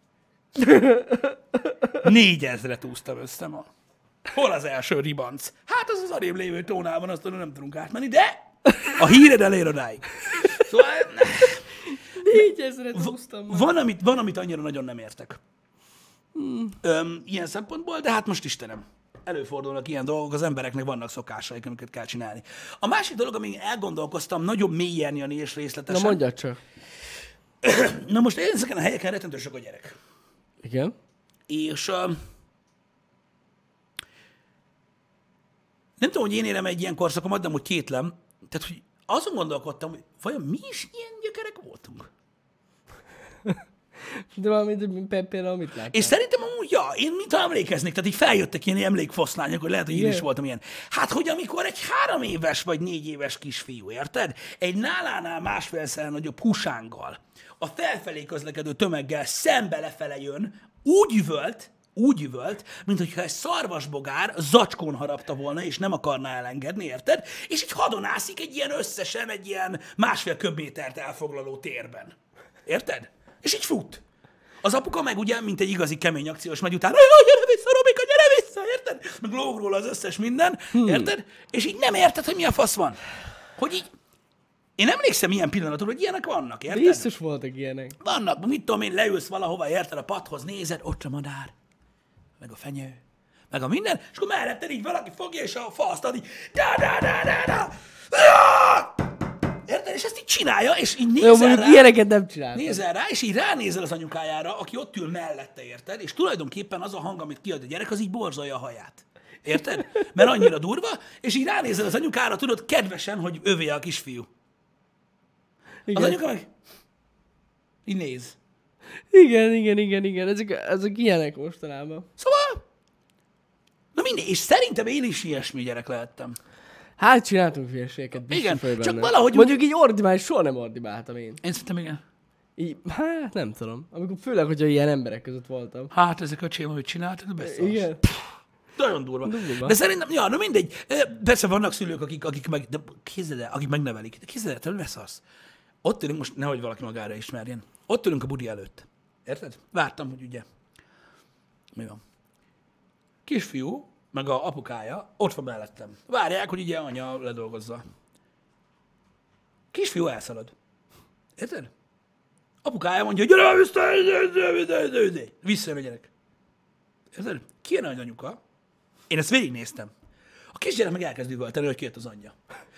4000-et úsztam össze ma. Hol az első ribanc? Hát az az arrébb lévő tónál van, azt nem tudunk átmenni, de a híred elér odáig. Szóval 4000-et húztam már. van, amit annyira nagyon nem értek. Ilyen szempontból, de hát most Istenem, előfordulnak ilyen dolgok, az embereknek vannak szokásaik, amiket kell csinálni. A másik dolog, amin elgondolkoztam, nagyon mélyen, Jani, és Na részletesen. mondjad csak. Na most ezeken a helyeken rettentő sok a gyerek. Igen. És nem tudom, hogy én érem egy ilyen korszakomat, de amúgy kétlem. Tehát, hogy azon gondolkodtam, hogy vajon mi is ilyen gyökerek voltunk? De valamit, például mit láttál? És szerintem amúgy, ja, én mintha emlékeznék, tehát így feljöttek ilyen emlékfoszlányok, hogy lehet, hogy én Igen. is voltam ilyen. Hát, hogy amikor egy 3 éves vagy 4 éves kisfiú, érted? Egy nálánál másfélszer nagyobb husánggal, a felfelé közlekedő tömeggel szembe lefele jön, úgy üvölt, mint hogyha egy szarvasbogár zacskón harapta volna, és nem akarná elengedni, érted? És így hadonászik egy ilyen összesen, egy ilyen 1,5 köbmétert elfoglaló térben. Érted? És így fut. Az apuka meg ugye, mint egy igazi kemény akciós, megy utána, gyere vissza, Robika, gyere vissza, érted? Meg lóg róla az összes minden, érted? És így nem érted, hogy mi a fasz van. Hogy így, én emlékszem ilyen pillanatokra, hogy ilyenek vannak, érted? Biztos voltak ilyenek. Vannak, mit tudom én, leülsz valahova, érted, a padhoz, nézed, ott a madár, meg a fenyő, meg a minden, és akkor melletted így valaki fogja, és a faszt ad így, da. Érted? És ezt így csinálja, és így Jó, nézel mondjuk rá. ilyeneket nem csináltam. Nézel rá, és így ránézel az anyukájára, aki ott ül mellette, érted? És tulajdonképpen az a hang, amit kiad a gyerek, az így borzolja a haját. Érted? Mert annyira durva, és így ránézel az anyukára, tudod, kedvesen, hogy övé a kisfiú. Igen. Az anyuka meg így néz. Igen. Ezek ilyenek mostanában. Szóval, na mindegy, és szerintem én is ilyesmi gyerek lehettem. Hát csináltunk hülyeségeket, biztos Igen, vagy csak benne. valahogy Mondjuk így ordibálni, soha nem ordibáltam én. Én szerintem igen. Így, hát nem tudom. Amikor főleg, hogyha ilyen emberek között voltam. Hát ezek öcsém, hogy csináltad, beszélsz. Igen. Nagyon durva. Durva. De szerintem, ja, na mindegy. Persze vannak szülők, akik meg, de képzeld el, akik megnevelik. De képzeld el, te beszarsz. Ott ülünk, most nehogy valaki magára ismerjen. Ott ülünk a budi előtt. Érted? Vártam, hogy ugye. Mi van? Kisfiú, meg a apukája ott van mellettem. Várják, hogy ugye anya ledolgozza. Kisfiú elszalad. Érted? Apukája mondja, hogy gyere vissza, visszajön a gyerek. Érted? Kijön az anyuka. Én ezt végignéztem. A kisgyerek meg elkezd üvölteni, hogy kijött az anyja.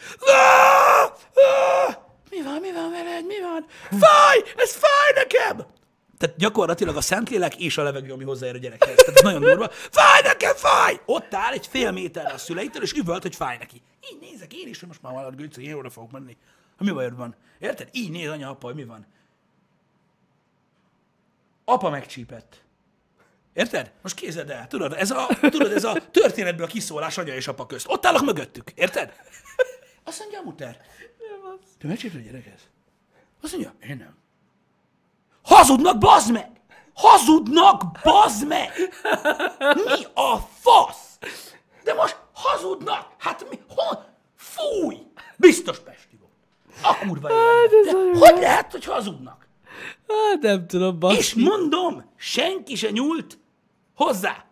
Mi van veled, mi van? Fáj! Ez fáj nekem! Tehát gyakorlatilag a Szentlélek és a levegő, ami hozzáér a gyerekhez. Tehát ez nagyon durva. Fáj nekem, fáj! Ott áll egy fél méterre a szüleitől, és üvölt, hogy fáj neki. Így nézek én is, hogy most már valami Gőc, hogy én oda fogok menni. Mi bajod van? Érted? Így néz anya, apa, hogy mi van. Apa megcsípett. Érted? Most képzeld el, tudod, ez a történetből a kiszólás anya és apa közt. Ott állok mögöttük, érted? Azt mondja a muter. Te megcsípted a gyerekhez? Azt mondja, én nem. Hazudnak, bazd meg! Hazudnak, bazd meg! Mi a fasz? De most hazudnak! Hát mi? Fúj! Biztos pesti volt. A kurva életben. Hogy lehet, hogy hazudnak? Hát nem tudom, baszki. És mondom, senki se nyúlt hozzá.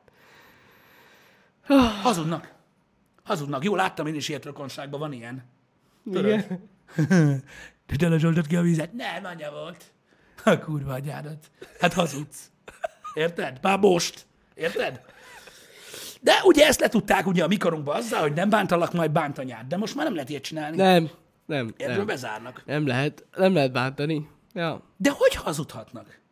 Hazudnak. Hazudnak. Jó, láttam én is ilyet rokonságban, van ilyen. Igen. De telezsoltad ki a vizet? Nem, anya volt. A kurva anyádat. Hát hazudsz. Érted? Már most. Érted? De ugye ezt letudták ugye a mikorunkba azzal, hogy nem bántalak, majd bánt anyád. De most már nem lehet ilyet csinálni. Nem. Erről bezárnak. Nem lehet bántani. Ja. De hogy hazudhatnak?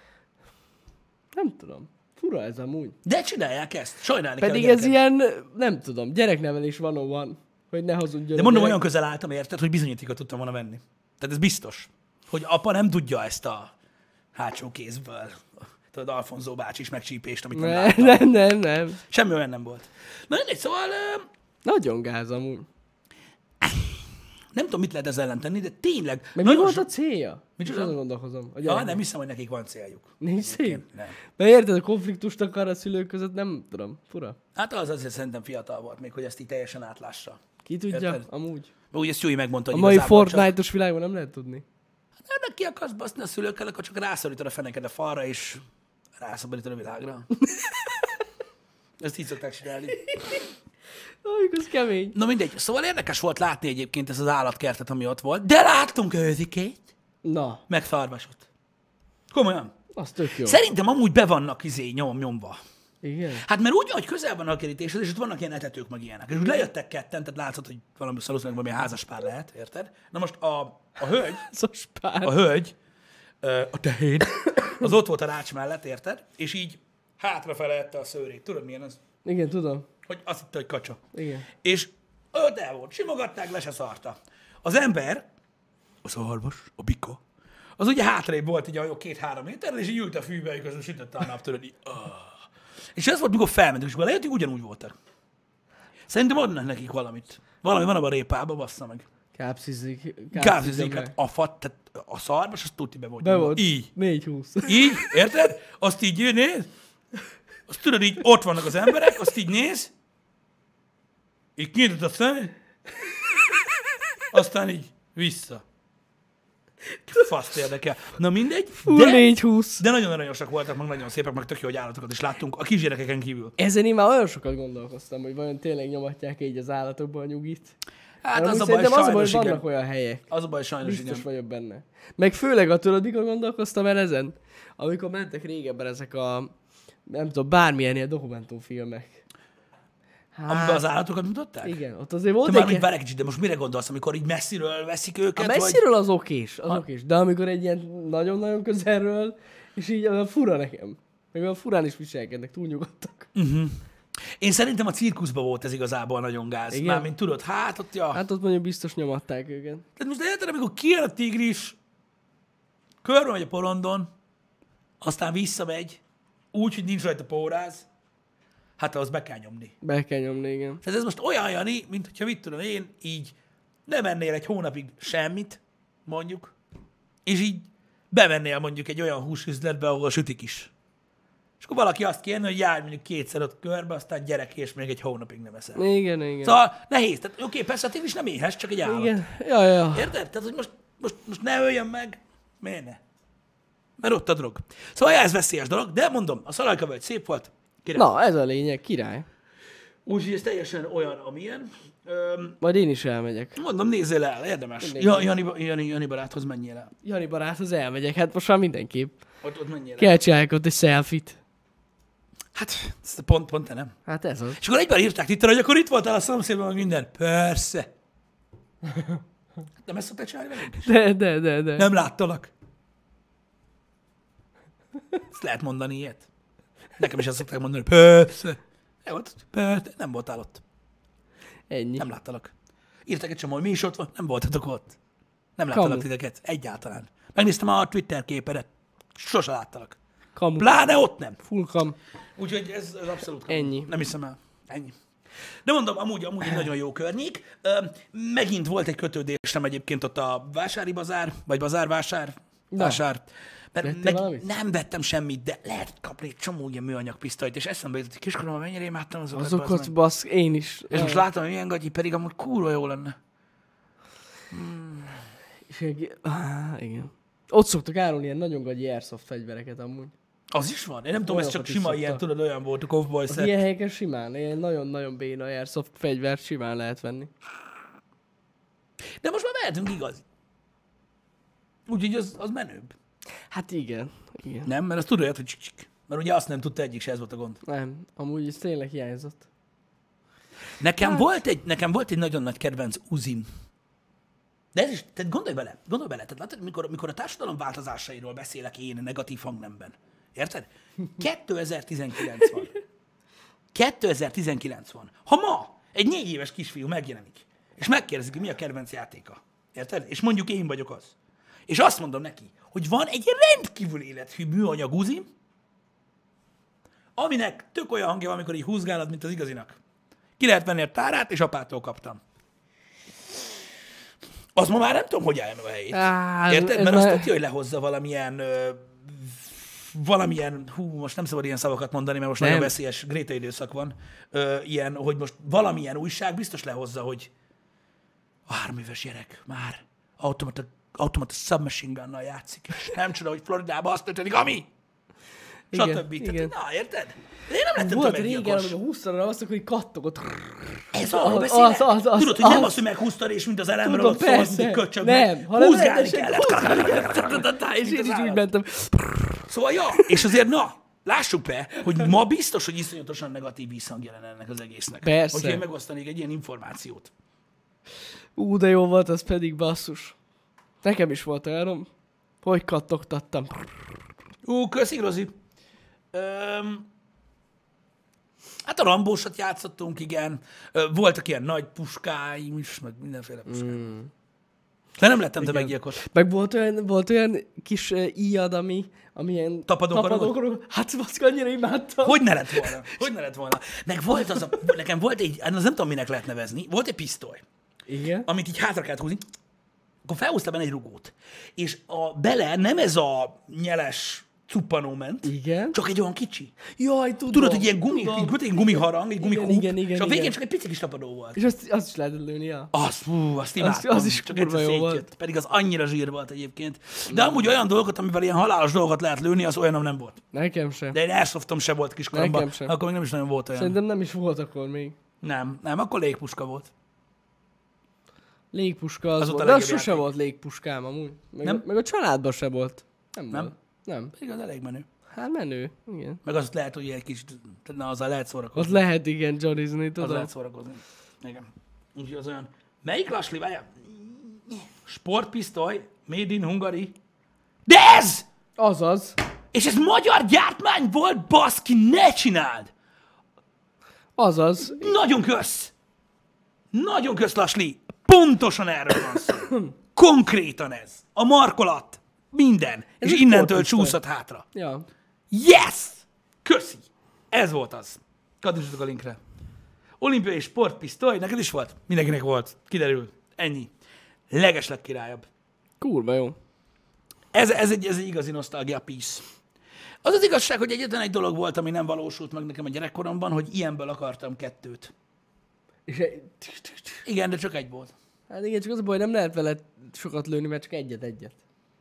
Nem tudom. Fura ez amúgy. De csinálják ezt. Sajnálni Pedig kell a ez ilyen, nem tudom, gyereknevelés van, hogy ne hazudjon. De mondom, olyan közel álltam, érted, hogy bizonyítékot tudtam volna venni. Tehát ez biztos, hogy apa nem tudja ezt a hátsó kézből. Tudod, Alfonzó bácsi is megcsípést, amit Nem. Semmi olyan nem volt. Na mindegy, szóval Nagyon gáz amúgy. nem tudom, mit lehet ezzel ellen tenni, de tényleg... Meg mi volt a célja? Micsoda? Azon gondolkozom. Nem hiszem, hogy nekik van céljuk. Nincs cél? Nem. Mert érted, a konfliktust akar a szülők között, nem tudom, fura. Hát az azért szerintem fiatal volt még, hogy ezt így teljesen átlássa. Ki tudja, Érted? amúgy. Úgy ezt Jói megmondta, hogy A mai igazából Fortnite-os világban nem lehet tudni. Hát nem ki akarsz baszni a szülőkkel, akkor csak rászorítod a feneked a falra, és rászabadítod a világra. Ezt így szokták csinálni. Ez kemény. Na mindegy. Szóval érdekes volt látni egyébként ezt az állatkertet, ami ott volt, de láttunk őzikét, Na, meg szarvasot. Komolyan. az tök jó. Szerintem amúgy be vannak nyomva. Igen. Hát mert úgy, hogy közel van a kerítéshez, és ott vannak ilyen etetők, meg ilyenek. És úgy lejöttek ketten, tehát látszott, hogy valószínűleg valami házaspár lehet, érted? Na most a hölgy, Házaspár. a hölgy, a tehén, az ott volt a rács mellett, érted? És így hátrafele ette a szőrét. Tudod, milyen az? Igen, tudom. Hogy azt hitte, hogy kacsa. Igen. És öt el volt, simogatták, le se szarta. Az ember, a szarvas, a bika, az ugye hátrébb volt így a 2-3 méterrel, és így ült a fűbe, és közben sütötte a nap, tudod, így. És ez volt, mikor felmentünk, és lejöttünk, ugyanúgy voltak. Szerintem adnak nekik valamit. Valami van abban a répában, bassza meg. Kápszizik, hát a fat, tehát a szarvas, az tuti be volt. Be volt. Így. 4-20. Így, érted? Azt így néz, azt tudod, így ott vannak az emberek, azt így néz, így kinyitott a szemét, aztán így vissza. Faszt érdekel. Na mindegy, De 4-20. de nagyon aranyosak voltak, meg nagyon szépek, meg tök jó, hogy állatokat is láttunk, a kisgyerekeken kívül. Ezen én már olyan sokat gondolkoztam, hogy vajon tényleg nyomatják így az állatokban a nyugit. Hát Amúgy az a baj, szerintem sajnos hogy igen. vannak olyan helyek. Az a baj, sajnos Biztos igen. vagyok benne. Meg főleg attól, mikor gondolkoztam el ezen, amikor mentek régebben ezek a, nem tudom, bármilyen ilyen dokumentumfilmek. Amiben az állatokat mutatták? Igen, ott azért volt Te már egy... mint Verekicsi, de most mire gondolsz, amikor így messziről veszik őket? A messziről az okés, de amikor egy ilyen nagyon-nagyon közelről, és így olyan fura nekem. Meg olyan furán is viselkednek, túl nyugodtak. Én szerintem a cirkuszban volt ez igazából nagyon gáz. Igen? Mármint tudod, hát ott, ja. Hát ott mondjuk biztos nyomatták őket. Tehát most érted, amikor kijön a tigris, körbe megy a porondon, aztán visszamegy, úgy, hogy nincs rajta póráz, hát az be kell nyomni. Be kell nyomni, igen. Tehát ez most olyan, Jani, mint hogyha mit tudom én, így nem ennél egy hónapig semmit, mondjuk, és így bemennél mondjuk egy olyan húsüzletbe, ahol sütik is. És akkor valaki azt kérne, hogy járj mondjuk 2-szer ott körbe, aztán gyerek, és még egy hónapig nem eszel. Igen. Szóval nehéz. Tehát oké, persze a tigris nem éhes, csak egy állat. Igen. Ja. Érted? Tehát, hogy most most ne öljön meg. Miért ne? Mert ott a drog. Szóval ez veszélyes dolog, de mondom, a Szalajka völgy szép volt. Király. Na, ez a lényeg, király. Úgyhogy ez teljesen olyan, amilyen. Majd én is elmegyek. Mondom, nézzél el, érdemes. Jani baráthoz menjél el. Jani baráthoz elmegyek, hát most már mindenképp. Ott menjél el. Kell csinálják ott egy selfit. Hát, ezt pont te nem. Hát ez az. És akkor egyben írták Twitterre, hogy akkor itt voltál a szomszédban, meg minden. Persze. Nem ezt szoktál csinálni velünk is? De. Nem láttalak. Ezt lehet mondani ilyet. Nekem is ezt szokták mondani, persze. Persze. Nem voltál ott. Ennyi. Nem láttalak. Írtak egy csomó, hogy mi is ott van, nem voltatok ott. Nem láttalak Kamu. titeket. Egyáltalán. Megnéztem a Twitter képedet. Sose láttalak. Kamu. Pláne ott nem. Full kam. Úgyhogy ez abszolút kamu. Ennyi. Nem hiszem el. Ennyi. De mondom, amúgy egy nagyon jó környék. Megint volt egy kötődésem egyébként ott a vásári bazár, vagy bazárvásár. Vásár. Mert nem vettem semmit, de lehet kapni egy csomó ilyen műanyag pisztolyt, és eszembe jutott, hogy kiskoromban mennyire imádtam azokat. Azokat basz, én is. És most látom, hogy milyen gagyi, pedig amúgy kurva jó lenne. Igen. Ott szoktak árulni ilyen nagyon gagyi airsoft fegyvereket amúgy. Az is van. Én nem tudom, ez csak Olyanokat is sima szoktak. ilyen, tudod, olyan volt a Cowboy Az set. ilyen helyeken simán, ilyen nagyon-nagyon béna airsoft fegyvert simán lehet venni. De most már mehetünk igazi. Úgyhogy az menőbb. Hát igen. Nem, mert azt tudod, hogy csik. Mert ugye azt nem tudta egyik se, ez volt a gond. Nem, amúgy ez tényleg hiányzott. Nekem volt egy nagyon nagy kedvenc Uzim. De ez is, tehát gondolj bele, tehát látod, mikor a társadalom változásairól beszélek én negatív hangnemben. Érted? 2019 van. 2019 van. Ha ma egy 4 éves kisfiú megjelenik, és megkérdezik, hogy mi a kedvenc játéka. Érted? És mondjuk én vagyok az. És azt mondom neki, hogy van egy rendkívül élethű műanyag Uzim, aminek tök olyan hangja van, amikor így húzgálod, mint az igazinak. Ki lehet venni a tárát, és apától kaptam. Az ma már nem tudom, hogy állja meg a helyét. Érted? Mert azt tudja, hogy lehozza valamilyen, most nem szabad ilyen szavakat mondani, mert most nagyon veszélyes Gréta időszak van, ilyen, hogy most valamilyen újság biztos lehozza, hogy a 3 éves gyerek már automata submachine gunnal játszik, és nem csoda, hogy Floridában azt történik, ami! Stb. Igen. Na, érted? De én nem lettem volt régen, tömeggyilkos. amikor húzta azt, hogy kattogott. Ez arról beszélek? Tudod, hogy nem az, hogy meghúztad, és mint az elemről ott szólt, mint egy köcsög. Nem, húzgálni kellett. És én is úgy mentem. Szóval, ja, és azért, na, lássuk be, hogy ma biztos, hogy iszonyatosan negatív visszhang jelen ennek az egésznek. Persze. Hogyha én megosztanék egy ilyen információt. De jó volt az pedig, basszus. Nekem is volt olyanom, hogy kattogtattam. Köszi, Rozi. Hát a Rambósat játszottunk, igen. Voltak ilyen nagy puskáim is, meg mindenféle puskáim. De nem lettem te meggyilkos. Meg volt olyan kis íjad, ami ilyen Tapadókarod? Hát azt annyira imádtam. Hogy ne lett volna? Meg volt nekem volt egy, az nem tudom, minek lehet nevezni, volt egy pisztoly, Igen. amit így hátra kellett húzni, akkor felhúzta benne egy rugót. És bele nem ez a nyeles cuppanó ment, Igen. csak egy olyan kicsi. Jaj, tudom. Tudod, hogy ilyen egy gumiharang, egy gumikúp, igen, és a végén igen. csak egy pici kis tapadó volt. És azt is lehetett lőni, ja. Azt imádtam. Az is csak kurva egyszer jó volt. szétjött. Pedig az annyira zsír volt egyébként. De amúgy olyan dolgokat, amivel ilyen halálos dolgokat lehet lőni, az olyanom nem volt. Nekem sem. De én airsoftom se volt kiskoromban. Nekem sem. Akkor még nem is nagyon volt olyan. Szerintem nem is volt akkor még. Nem, akkor légpuska volt. Légpuska az Az ott volt. a De az legjobb sose játék. volt légpuskám amúgy. Nem? Meg a családban se volt. Nem? Volt. Nem. Pedig az elég menő. Hát menő. Igen. Meg azt lehet, hogy egy kis, na azzal lehet szórakozni. Az lehet, igen, Johnny-zni, Az tudod? lehet szórakozni. Igen. Úgyhogy az olyan. Melyik Lasli, várjál? Sportpisztoly, Made in Hungary. De ez! Azaz. És ez magyar gyártmány volt, baszki, ne csináld! Azaz. Nagyon kösz, Lasli. Pontosan erről van szó. Konkrétan ez. A markolat. Minden. Ez és egy innentől sportpisztoly. csúszott hátra. Ja. Yes! Köszi! Ez volt az. Kattintsatok a linkre. Olimpiai sportpisztoly, neked is volt? Mindenkinek volt. Kiderül. Ennyi. Legeslegkirályabb. Kurva jó. Ez egy igazi nosztalgia piece. Az az igazság, hogy egyetlen egy dolog volt, ami nem valósult meg nekem a gyerekkoromban, hogy ilyenből akartam 2. És Igen, de csak egy volt. Hát igen, csak az a baj, nem lehet vele sokat lőni, mert csak egyet.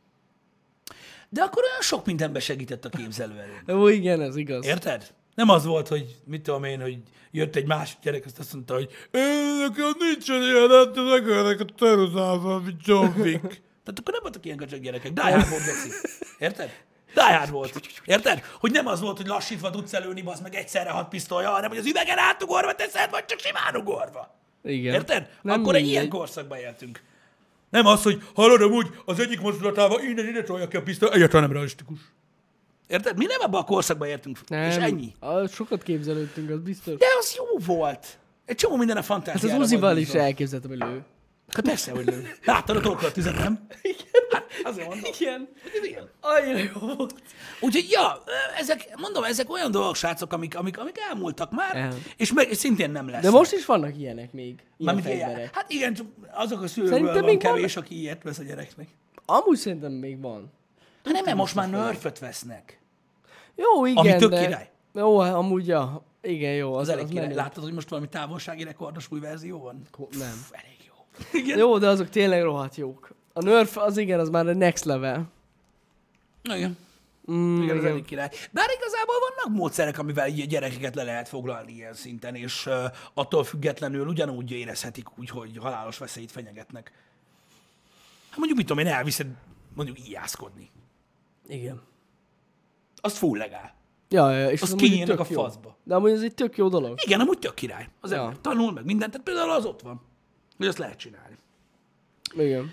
De akkor olyan sok mindenben segített a képzelőerő. Ó, igen, ez igaz. Érted? Nem az volt, hogy mit tudom én, hogy jött egy másik gyerek, azt mondta, hogy nekem nincsen ilyen, hát nekem a teruzában, mint John Wick. Tehát akkor nem voltak ilyen kacsok gyerekek. Die Hard volt, Geci. Érted? Die Hard volt. Érted? Hogy nem az volt, hogy lassítva tudsz előni, bazd meg egyszerre 6 pisztolya, hanem hogy az üvegen átugorva teszed, vagy csak simán ugorva. Igen. Érted? Nem Akkor egy mindegy. ilyen korszakban éltünk. Nem az, hogy hallod amúgy az egyik mozdulatával innen ide tolja ki a pisztolyt, egyáltalán nem realisztikus. Érted? Mi nem abban a korszakban értünk, és ennyi. Sokat képzelődtünk, az biztos. De az jó volt. Egy csomó minden a Hát fantáziára. az Uzival volt is bízva. elképzeltem, hogy lő. Hát persze, hogy lő. Láttad a torkolat tüzet, nem? Hát, azért mondom. Igen. Ez ilyen. Annyira jó volt. Úgyhogy, ja, ezek olyan dolgok, srácok, amik elmúltak már, és szintén nem lesz. De most is vannak ilyenek még. Ilyen Mármint fegyverek. hát igen, csak azok a szülőkből Szerintem van még kevés, aki ilyet vesz a gyereknek. Amúgy szerintem még van. Hát nem, mert most már nerföt vesznek. Jó, igen, Ami tök de... király. Jó, amúgy, ja. Igen, jó. Az elég király. menő. Láttad, hogy most valami távolsági rekordos új verzió van? Nem. Pff, elég jó. Igen. Jó, de azok tényleg rohadt jók. A Nerf, az igen, az már a next level. Igen. Igen, az igen. elég király. Bár igazából vannak módszerek, amivel így a gyerekeket le lehet foglalni ilyen szinten, és attól függetlenül ugyanúgy érezhetik úgy, hogy halálos veszélyt fenyegetnek. Hát mondjuk, mit tudom én, elviszed mondjuk ijászkodni. Igen. Az full legál. Ja, és Az amúgy kinyírnak tök a jó. faszba. De amúgy ez egy tök jó dolog. Igen, amúgy tök király. Az Ja. ember tanul meg mindent, tehát például az ott van, hogy azt lehet csinálni. Igen.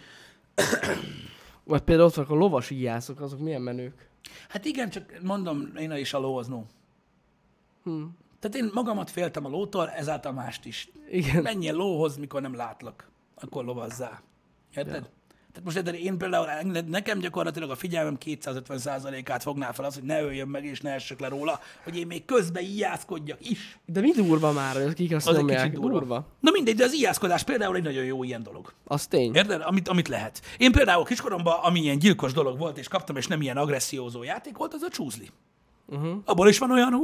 Vagy például ott vannak a lovas íjászok, azok milyen menők. Hát igen, csak mondom, én is a ló az no. Tehát én magamat féltem a lótól, ezáltal mást is. Igen. Menjél lóhoz, mikor nem látlak, akkor lovazzál. Érted? Ja. Tehát most érted, én például, nekem gyakorlatilag a figyelmem 250%-át fogná fel az, hogy ne öljön meg és ne essek le róla, hogy én még közben ijászkodjak is. De mi durva már, hogy akik azt Az egy nyomják? kicsit durva. Na mindegy, de az ijászkodás például egy nagyon jó ilyen dolog. Az tény. Érted? Amit lehet. Én például kiskoromban, ami ilyen gyilkos dolog volt, és kaptam, és nem ilyen agressziózó játék volt, az a csúzli. Abból is van olyan,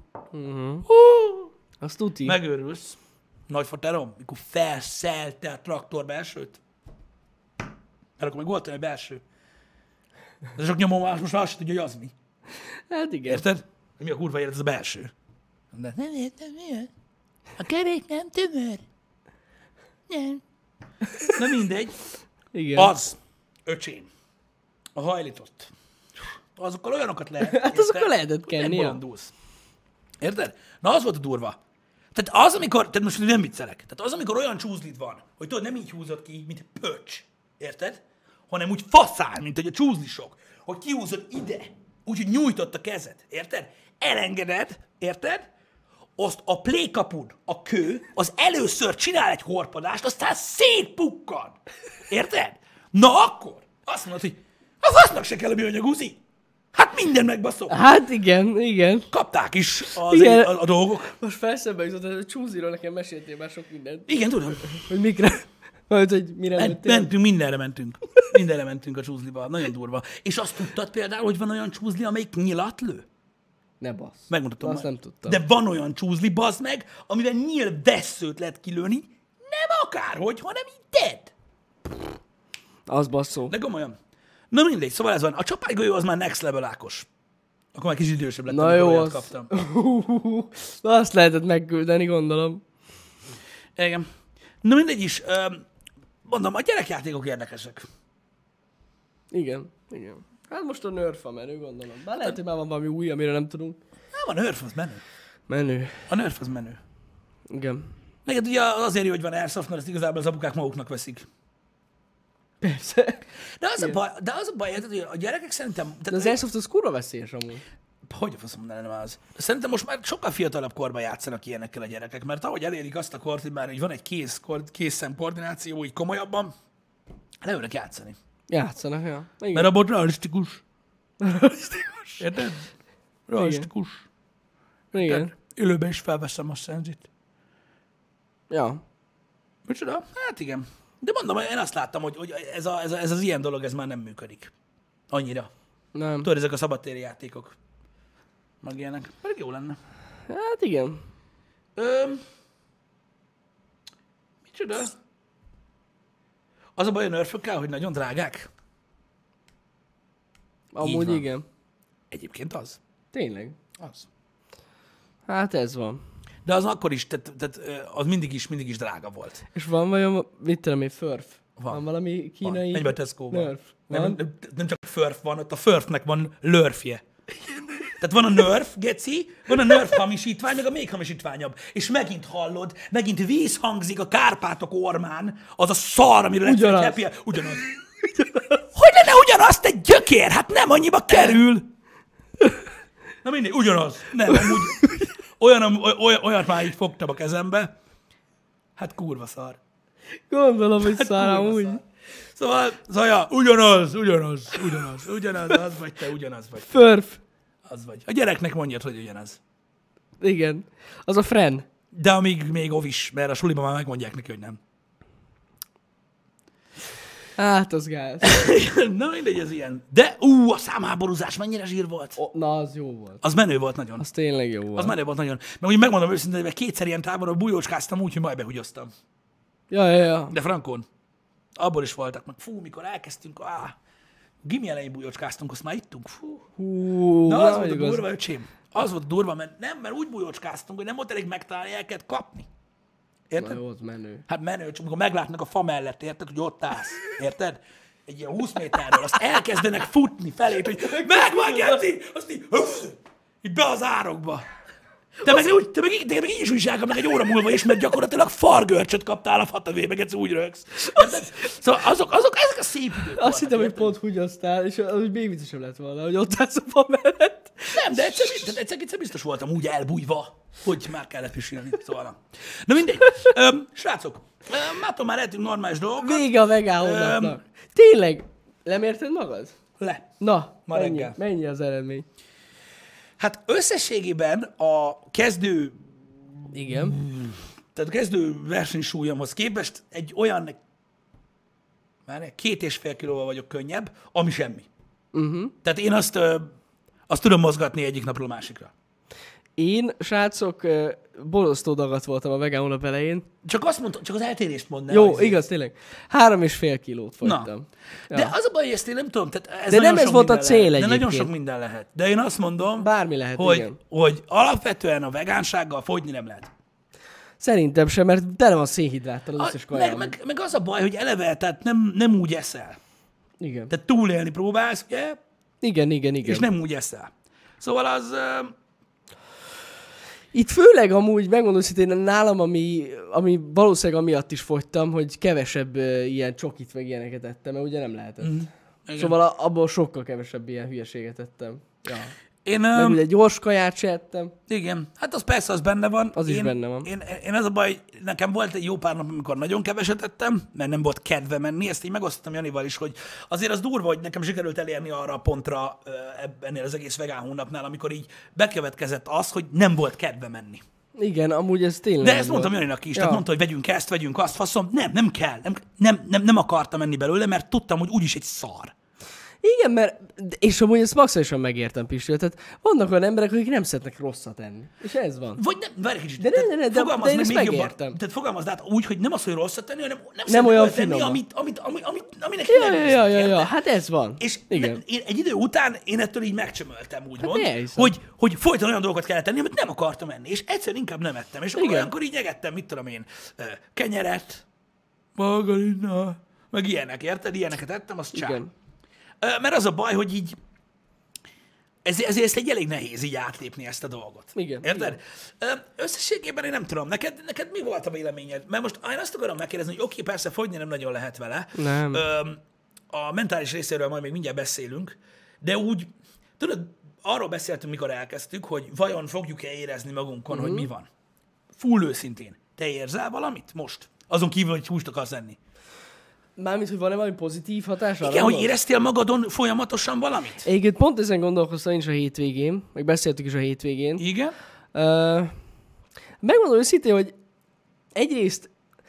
Azt tuti. megőrülsz. Nagyfaterom, mikor felszelte a traktor belsőt. Mert akkor még volt olyan belső. De sok nyomó most már azt sem tudja, hogy az mi. Hát igen. Érted? Mi a kurva élet, ez a belső. De nem értem, miért? A kerék nem tömör. Nem. Na mindegy. Igen. Az, öcsém, a hajlított. Azokkal olyanokat lehet. Hát azokkal lehetett kenni, ja. Megbolondulsz. Érted? Na az volt a durva. Tehát az, amikor, tehát most nem viccelek, tehát az, amikor olyan csúzlid van, hogy tudod, nem így húzod ki, mint egy pöcs. Érted? Hanem úgy faszál, mint hogy a csúzlisok. Hogy kihúzod ide, úgyhogy nyújtott a kezed. Érted? Elengeded, érted? Azt a plékapun, a kő, az először csinál egy horpadást, aztán szétpukkan. Érted? Na akkor azt mondod, hogy a fasznak se kell a műanyag, Uzi. Hát minden megbaszol. Hát igen, igen. Kapták is Igen. a dolgok. Most felszembe jutott, ez a csúziról nekem meséltél már sok mindent. Igen, tudom. Hogy mikre, hogy mire lőttél. Mentünk, mindenre mentünk. Mindenre mentünk a csúzliba. Nagyon durva. És azt tudtad például, hogy van olyan csúzli, amelyik nyilat lő? Ne bassz. Megmutatom Azt majd. nem tudtam. De van olyan csúzli, bazd meg, amivel nyílvesszőt lehet kilőni, nem akárhogy, hanem így dead. Az basszó. De komolyan. Na mindegy, szóval ez van. A csapágygolyó az már next level Ákos. Akkor már kis idősebb lettem, Na amikor jó, olyat az... kaptam. Na azt lehetett megküldeni, gondolom. Igen. Na mindegy is. Mondom, a gyerekjátékok érdekesek. Igen, igen. Hát most a Nerf a menő, gondolom. Bár lehet, hogy már van valami új, amire nem tudunk. Nem, a Nerf az menő. Menő. A Nerf az menő. Igen. Neked ugye azért jó, hogy van Airsoft, mert ezt igazából az apukák maguknak veszik. Persze. De az a baj, hogy a gyerekek szerintem... De az Airsoft az kurva veszélyes amúgy. Hogy a faszom nem az? De szerintem most már sokkal fiatalabb korban játszanak ilyenekkel a gyerekek, mert ahogy elérik azt a kort, hogy már hogy van egy készszem koordináció, így komolyabban, leülnek játszani. Játszanak, ja. Igen. Mert abban realisztikus. Érted? Realisztikus. Igen. Tehát élőben is felveszem a szenzit. Ja. Micsoda? Hát igen. De mondom, én azt láttam, hogy ez az ilyen dolog, ez már nem működik. Annyira. Nem. Tudod, ezek a szabadtéri játékok. Meg ilyenek. Pedig jó lenne. Hát igen. Micsoda? Az a baj a nerfökkel, hogy nagyon drágák. Amúgy van. igen. Egyébként az. Tényleg. Az. Hát ez van. De az akkor is, tehát az mindig is drága volt. És van vajon, mit tudom én, förf? Van. Valami kínai... Menj be a Tesco-ba. Nerf. Van? Nem csak förf van, ott a förfnek van lörfje. Tehát van a nerf, geci, van a nerf hamisítvány, meg a még hamisítványabb. És megint hallod, megint vízhangzik a Kárpátok ormán, az a szar, amiről egyszer Ugyanaz. egy happy... Ugyanaz. Hogy lenne ugyanaz, te gyökér? Hát nem annyiba kerül. Na mindegy, ugyanaz. Nem, amúgy olyat már így fogtam a kezembe. Hát kurva szar. Gondolom, hogy Hát szár kurva amúgy. szar. Szóval, ja, ugyanaz, az vagy te, ugyanaz vagy. Förf. Az vagy. A gyereknek mondjad, hogy ugyanaz. Igen. Az a fren. De amíg még ovis, mert a suliban már megmondják neki, hogy nem. Hát, az gáz. Na mindegy, ez ilyen. De, a számháborúzás mennyire zsír volt. Na, az jó volt. Az menő volt nagyon. Az tényleg jó volt. Az menő volt nagyon. Mert úgy megmondom őszintén, hogy kétszer ilyen távolról bújócskáztam úgy, hogy majd behugyoztam. Ja. De frankon. Abból is voltak. Meg mikor elkezdtünk, gimi elején bújócskáztunk, azt már ittunk. Hú, Na, az volt a igaz. durva, öcsém. Az volt a durva, mert úgy bújócskáztunk, hogy nem volt elég megtalálni, el kellett kapni. Na Érted? jó, az menő. Hát menő, csak amikor meglátnak a fa mellett, érted, hogy ott állsz, érted? Egy ilyen 20 méterről, azt elkezdenek futni felét, hogy megvan, Geci! Azt így be az árokba. Te meg így is újságod meg egy óra múlva is, mert gyakorlatilag fargörcsöt kaptál a fatavébe, Geci, úgy rögsz. Érted? Szóval ezek a szép idők Azt hittem, hogy pont húgyoztál, és az még viccesebb lett volna, hogy ott állsz a fa mellett. Nem, de egyszer biztos voltam úgy elbújva, hogy már kellett pisilni. Szóval. Na mindegy. Srácok, látom, már lehetünk normális dolgokat. Vége a vegán hónapnak. Tényleg? Lemérted magad? Le. Na, Ma reggel. mennyi az eredmény? Hát összességében a kezdő, Igen. tehát a kezdő versenysúlyomhoz képest egy olyan, már 2,5 kilóval vagyok könnyebb, ami semmi. Tehát én azt tudom mozgatni egyik napról a másikra. Én, srácok, borosztó dagat voltam a vegán hónap elején. Csak azt mondtam, csak az eltérést mondd el. Jó, azért. igaz, tényleg. 3,5 kilót fogytam. Na. De az a baj, hogy ezt én nem tudom. Tehát ez De nem nagyon ez sok volt a minden cél lehet. De nagyon egyébként. sok minden lehet. De én azt mondom, Bármi lehet, igen. hogy alapvetően a vegánsággal fogyni nem lehet. Szerintem sem, mert tele van szénhidráttal az összes kajám. Meg az a baj, hogy eleve, tehát nem úgy eszel. Igen. Tehát túlélni próbálsz, ugye? Igen. És nem úgy eszel. Szóval az... Itt főleg amúgy, megmondom szintén nálam, ami valószínűleg amiatt is fogytam, hogy kevesebb ilyen csokit meg ilyeneket ettem, mert ugye nem lehetett. igen. Szóval abból sokkal kevesebb ilyen hülyeséget ettem. Ja. Én, Meg ugye gyors kaját se ettem. igen, hát az persze, az benne van. Az is benne van. Én az a baj, nekem volt egy jó pár nap, amikor nagyon keveset ettem, mert nem volt kedve menni, ezt így megosztottam Janival is, hogy azért az durva, hogy nekem sikerült elérni arra a pontra ennél az egész vegán hónapnál, amikor így bekövetkezett az, hogy nem volt kedve menni. Igen, amúgy ez tényleg De ez ezt mondtam volt. Janinak is, tehát mondta, hogy vegyünk ezt, vegyünk azt, faszom. Nem kell, nem akartam menni belőle, mert tudtam, hogy úgyis egy szar. Igen, mert, és amúgy ezt maximálisan megértem, Pisti, tehát vannak olyan emberek, akik nem szeretnek rosszat enni. És ez van. Vagy nem, várj egy kicsit. De Tehát de fogalmazd én meg ezt még jobban. megértem. Tehát fogalmazd át úgy, hogy nem az, hogy rosszat tenni, hanem nem Nem olyan olyan tenni, finoman. aminek Ja, nem ja, hát ez van. És igen. én egy idő után én ettől így megcsömöltem, úgymond, elhiszem. hogy folyton olyan dolgokat kellett tenni, amit nem akartam enni, és egyszerűen inkább nem ettem. És akkor Igen. olyankor így egettem, mit tudom én, kenyeret, margarina, meg ilyenek, érted? Ilyeneket ettem, az csá. Igen. Mert az a baj, hogy így ezért egy elég nehéz így átlépni ezt a dolgot. Igen, Érted? Összességében én nem tudom, neked mi volt a véleményed? Mert most én azt akarom megkérdezni, hogy oké, persze fogyni nem nagyon lehet vele. Nem. A mentális részéről majd még mindjárt beszélünk, de úgy, tudod, arról beszéltünk, mikor elkezdtük, hogy vajon fogjuk-e érezni magunkon, hogy mi van. Full őszintén. Te érzel valamit most? Azon kívül, hogy húst akarsz enni. Mármint, hogy van-e valami pozitív hatás? Igen, hogy éreztél magadon folyamatosan valamit? Egyébként pont ezen gondolkoztam én is a hétvégén, meg beszéltük is a hétvégén. Igen? Megmondom őszintén, hogy egyrészt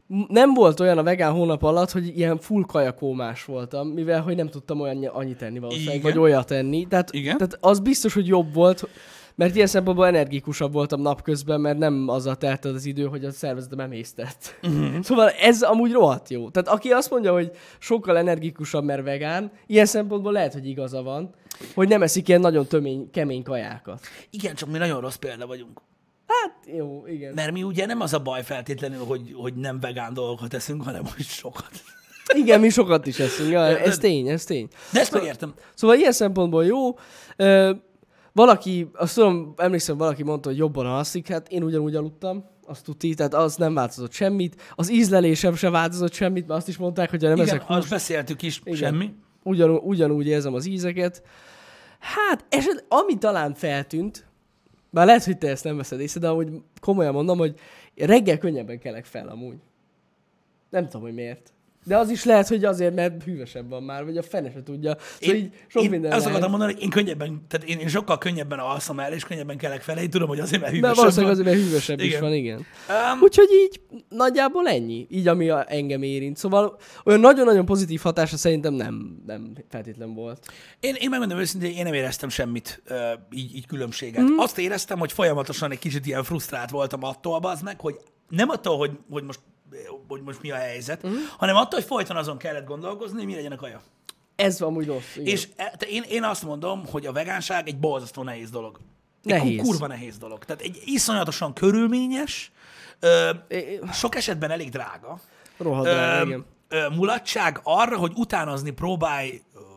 Nem volt olyan a vegán hónap alatt, hogy ilyen full kajakómás voltam, mivel hogy nem tudtam annyit tenni valószínűleg, Igen. vagy olyat enni. Igen. Tehát az biztos, hogy jobb volt, mert ilyen szempontból energikusabb voltam napközben, mert nem azzal telted az idő, hogy a szervezetem emésztett. Szóval ez amúgy rohadt jó. Tehát aki azt mondja, hogy sokkal energikusabb, mert vegán, ilyen szempontból lehet, hogy igaza van, hogy nem eszik ilyen nagyon kemény kajákat. Igen, csak mi nagyon rossz példa vagyunk. Hát jó, igen. Mert mi ugye nem az a baj feltétlenül, hogy nem vegán dolgokat eszünk, hanem hogy sokat. Igen, mi sokat is eszünk. Ja, ez tény. De ezt megértem. Szóval ilyen szempontból jó. Valaki, azt tudom, emlékszem, valaki mondta, hogy jobban alszik, hát én ugyanúgy aludtam, azt tuti, tehát az nem változott semmit. Az ízlelésem sem változott semmit, mert azt is mondták, hogy nem Igen, ezek azt beszéltük is, igen. semmi. Ugyanúgy érzem az ízeket. Hát, ami talán feltűnt, bár lehet, hogy te ezt nem veszed észre, de amúgy komolyan mondom, hogy reggel könnyebben kelek fel amúgy. Nem tudom, hogy miért. De az is lehet, hogy azért, mert hűvösebb van már, vagy a fene se tudja. Szóval így sok minden azt lehet. akartam mondani, hogy én könnyebben, tehát én sokkal könnyebben alszom el, és könnyebben kelek fel. Én tudom, hogy azért, mert De hűvösebb valószínűleg van. azért, mert hűvösebb is Igen. van, igen. Úgyhogy így nagyjából ennyi, így ami engem érint. Szóval olyan nagyon-nagyon pozitív hatása szerintem nem feltétlen volt. Én megmondom őszintén, én nem éreztem semmit, így különbséget. Azt éreztem, hogy folyamatosan egy kicsit ilyen frusztrált voltam attól, bazd meg, hogy nem attól, hogy most mi a helyzet, hanem attól, hogy folyton azon kellett gondolkozni, hogy mi legyen a kaja. Ez van amúgy rossz. Igen. És én azt mondom, hogy a vegánság egy borzasztó nehéz dolog. Nehéz. Egy kurva nehéz dolog. Tehát egy iszonyatosan körülményes, sok esetben elég drága, Rohadt drága, igen. mulatság arra, hogy utánozni próbáld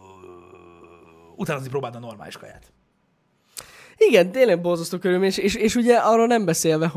a normális kaját. Igen, tényleg borzasztó körülmény, és ugye arról nem beszélve,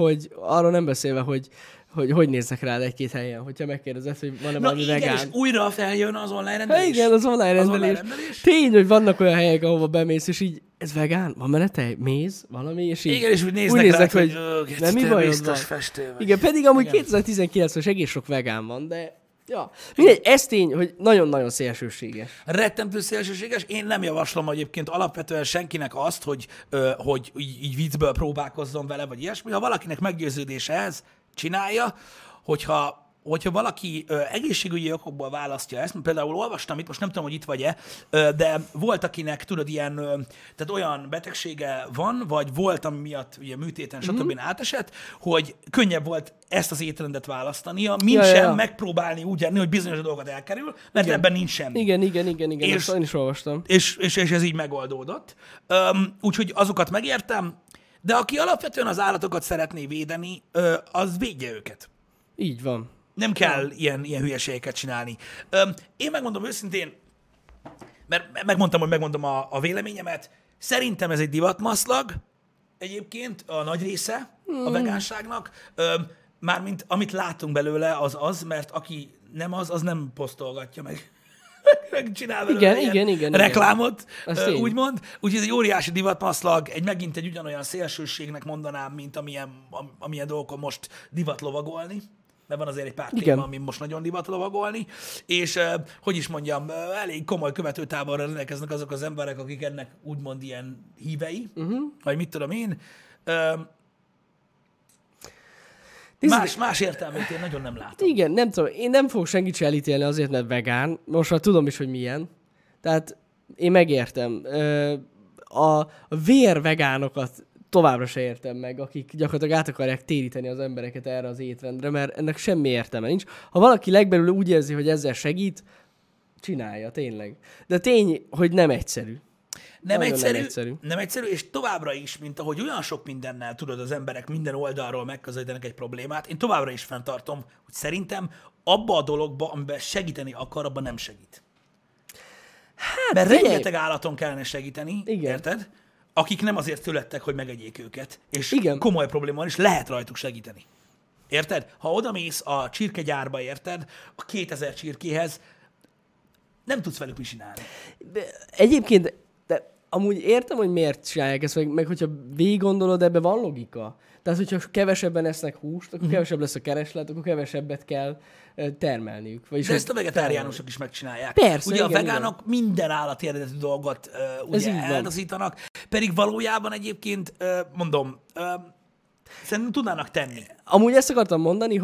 hogy néznek rád egy-két helyen, hogyha megkérdezed, hogy van-e valami igen, vegán. és újra feljön az online rendelés. Igen, az online rendelés. Tény, hogy vannak olyan helyek, ahova bemész, és így, ez vegán? Van benne tej? Méz? Valami? És így Igen, és úgy néznek rá, hogy nem mi bajod van? Festő vagy. Igen, pedig amúgy 2019-ben is egész sok vegán van, de ja. Mindegy, ez tény, hogy nagyon-nagyon szélsőséges. Rettentő szélsőséges. Én nem javaslom egyébként alapvetően senkinek azt, hogy így viccből próbálkozzon vele, vagy ilyesmi. Ha valakinek meggyőződése ez, csinálja, hogyha valaki egészségügyi okokból választja ezt, például olvastam itt, most nem tudom, hogy itt vagy-e, de volt, akinek, tudod, ilyen, tehát olyan betegsége van, vagy volt, ami miatt ugye műtéten, stb. Átesett, hogy könnyebb volt ezt az étrendet választania, mint sem megpróbálni úgy enni, hogy bizonyos dolgokat elkerül, mert ebben nincs semmi. Igen, És, ezt én is olvastam. És ez így megoldódott. Úgyhogy azokat megértem, de aki alapvetően az állatokat szeretné védeni, az védje őket. Így van. Nem kell ilyen hülyeségeket csinálni. Én megmondom őszintén, mert megmondom a véleményemet, szerintem ez egy divatmaszlag, egyébként a nagy része a vegánságnak, mármint amit látunk belőle az, mert aki nem az nem posztolgatja meg. Megcsinál belőle igen, reklámot, úgymond. Úgyhogy ez egy óriási divatmaszlag, megint egy ugyanolyan szélsőségnek mondanám, mint amilyen dolgokon most divat lovagolni. Mert van azért egy pár téma, ami most nagyon divat lovagolni, és hogy is mondjam, elég komoly követőtáborra rendelkeznek azok az emberek, akik ennek úgymond ilyen hívei, vagy mit tudom én. Más értelmét én nagyon nem látom. Igen, nem tudom, én nem fogok senkit se elítélni azért, mert vegán. Most már tudom is, hogy milyen. Tehát én megértem. A vérvegánokat továbbra se értem meg, akik gyakorlatilag át akarják téríteni az embereket erre az étrendre, mert ennek semmi értelme nincs. Ha valaki legbelül úgy érzi, hogy ezzel segít, csinálja, tényleg. De tény, hogy nem egyszerű. Nem egyszerű, és továbbra is, mint ahogy olyan sok mindennel, tudod, az emberek minden oldalról megközelítenek egy problémát, én továbbra is fenntartom, hogy szerintem abba a dologba, amiben segíteni akar, abban nem segít. Hát, mert rengeteg állaton kellene segíteni, érted? Akik nem azért születtek, hogy megegyék őket, és komoly probléma van, és lehet rajtuk segíteni. Érted? Ha odamész a csirkegyárba, érted, a 2000 csirkéhez, nem tudsz velük mit csinálni. Egyébként, de amúgy értem, hogy miért csinálják ezt, meg hogyha végig gondolod, ebben van logika. Tehát, hogyha kevesebben esznek húst, akkor kevesebb lesz a kereslet, akkor kevesebbet kell termelniük. Vagyis de ezt a vegetáriánusok is megcsinálják. Persze, ugye a vegánok minden állati eredetű dolgot ugye eldazítanak, pedig valójában egyébként, mondom, szerintem tudnának tenni. Amúgy ezt akartam mondani, hogy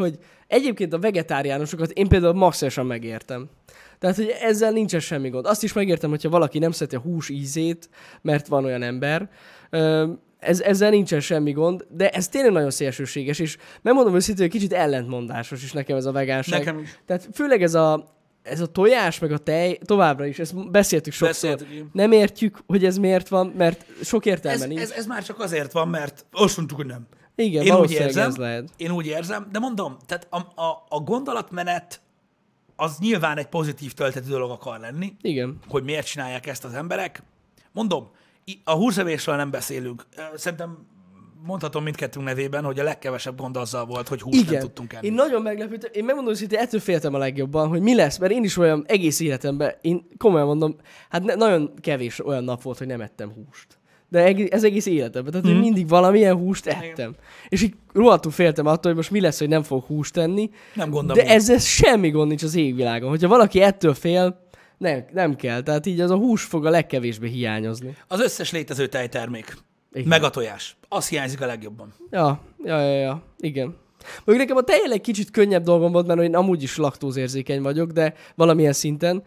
Egyébként a vegetáriánusokat én például maximálisan megértem. Tehát, hogy ezzel nincsen semmi gond. Azt is megértem, hogyha valaki nem szereti a hús ízét, mert van olyan ember, ezzel nincsen semmi gond, de ez tényleg nagyon szélsőséges, és megmondom őszintén, hogy kicsit ellentmondásos is nekem ez a vegánság. Nekem is. Tehát főleg ez a tojás, meg a tej, továbbra is, ezt beszéltük sokszor. Nem értjük, hogy ez miért van, mert sok értelme nincs. Ez már csak azért van, mert azt mondtuk, hogy nem. Igen, Én úgy valószínűleg érzem, ez lehet. Én úgy érzem, de mondom, tehát a gondolatmenet az nyilván egy pozitív töltetű dolog akar lenni, Igen. hogy miért csinálják ezt az emberek. Mondom, a húsevésről nem beszélünk. Szerintem mondhatom mindkettőnk nevében, hogy a legkevesebb gond azzal volt, hogy húst nem tudtunk enni. Én nagyon meglepődtem, én megmondom, hogy ettől féltem a legjobban, hogy mi lesz, mert én is olyan egész életemben, én komolyan mondom, hát nagyon kevés olyan nap volt, hogy nem ettem húst. De ez egész életemben, tehát én mindig valamilyen húst ettem. És így rohadtul féltem attól, hogy most mi lesz, hogy nem fog húst enni. Nem gondom. De ezzel semmi gond nincs az égvilágon. Hogyha valaki ettől fél, nem kell. Tehát így az a hús fog a legkevésbé hiányozni. Az összes létező tejtermék. Igen. Meg a tojás. Az hiányzik a legjobban. Ja. Igen. Mondjuk nekem a tejjel egy kicsit könnyebb dolgom volt, mert én amúgy is laktózérzékeny vagyok, de valamilyen szinten.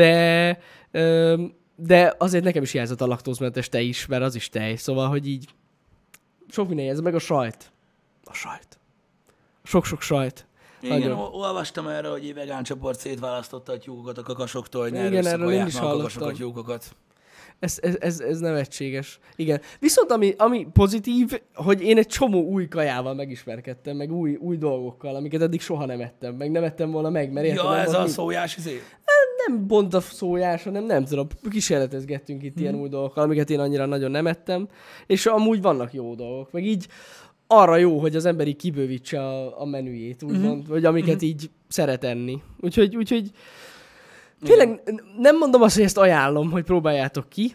De azért nekem is hiányzott a laktózmentes tej is, mert az is tej. Szóval, hogy így sok minden hiányzott, meg a sajt. A sajt. Sok-sok sajt. Igen, Nagyon. olvastam erre, hogy egy vegán csoport szétválasztotta a tyúkokat a kakasoktól, hogy ne Igen, erről én is erőszakolják meg a hallottam. kakasok a tyúkokat. Ez nevetséges. Igen. Viszont ami pozitív, hogy én egy csomó új kajával megismerkedtem, meg új dolgokkal, amiket eddig soha nem ettem, meg nem ettem volna meg, mert érted, Ja, nem ez volt a mit. szójás izé? Nem pont a szójás, hanem nem tudom, kísérletezgettünk itt ilyen új dolgokkal, amiket én annyira nagyon nem ettem, és amúgy vannak jó dolgok, meg így arra jó, hogy az ember így kibővítse a menüjét, úgymond, vagy amiket így szeret enni. Úgyhogy tényleg nem mondom azt, hogy ezt ajánlom, hogy próbáljátok ki,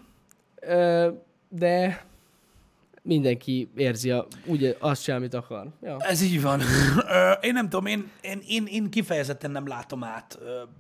de mindenki érzi úgy azt sem, amit akar. Ja. Ez így van. Én nem tudom, én kifejezetten nem látom át,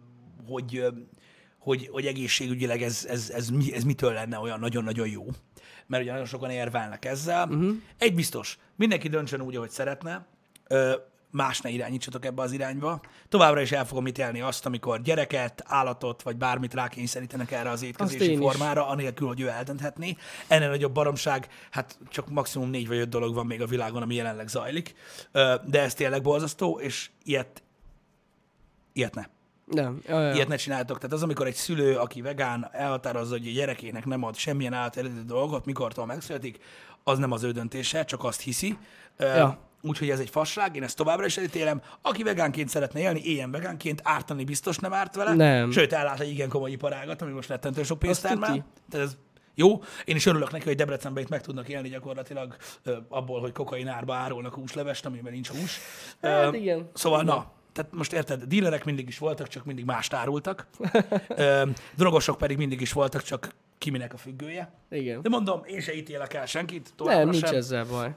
hogy egészségügyileg ez mitől lenne olyan nagyon-nagyon jó. Mert ugye nagyon sokan érvelnek ezzel. Egy biztos, mindenki döntsön úgy, ahogy szeretne, más ne irányítsatok ebbe az irányba. Továbbra is el fogom ítélni azt, amikor gyereket, állatot, vagy bármit rákényszerítenek erre az étkezési formára, anélkül, hogy ő eldönthetné. Ennél nagyobb baromság, hát csak maximum 4 vagy 5 dolog van még a világon, ami jelenleg zajlik. De ez tényleg borzasztó, és ilyet ne. Nem. Ilyet ne csináltok. Tehát az, amikor egy szülő, aki vegán, elhatározza, hogy a gyerekének nem ad semmilyen állat dolgot, mikortól megszületik, az nem az ő döntése, csak azt hiszi. Úgyhogy ez egy fasság, én ezt továbbra is elítélem. Aki vegánként szeretne élni, éljen vegánként, ártani biztos nem árt vele. Nem. Sőt, ellát egy igen komoly iparágat, ami most rettentő sok pénzt termel. Tehát ez jó. Én is örülök neki, hogy Debrecenben itt meg tudnak élni gyakorlatilag abból, hogy kokain árba árulnak húslevest, amiben nincs hús. Hát igen. Szóval na. Tehát most érted, dílerek mindig is voltak, csak mindig mást árultak. Drogosok pedig mindig is voltak, csak ki minek a függője. Igen. De mondom, én se ítélek el senkit. Nem, nincs ezzel baj.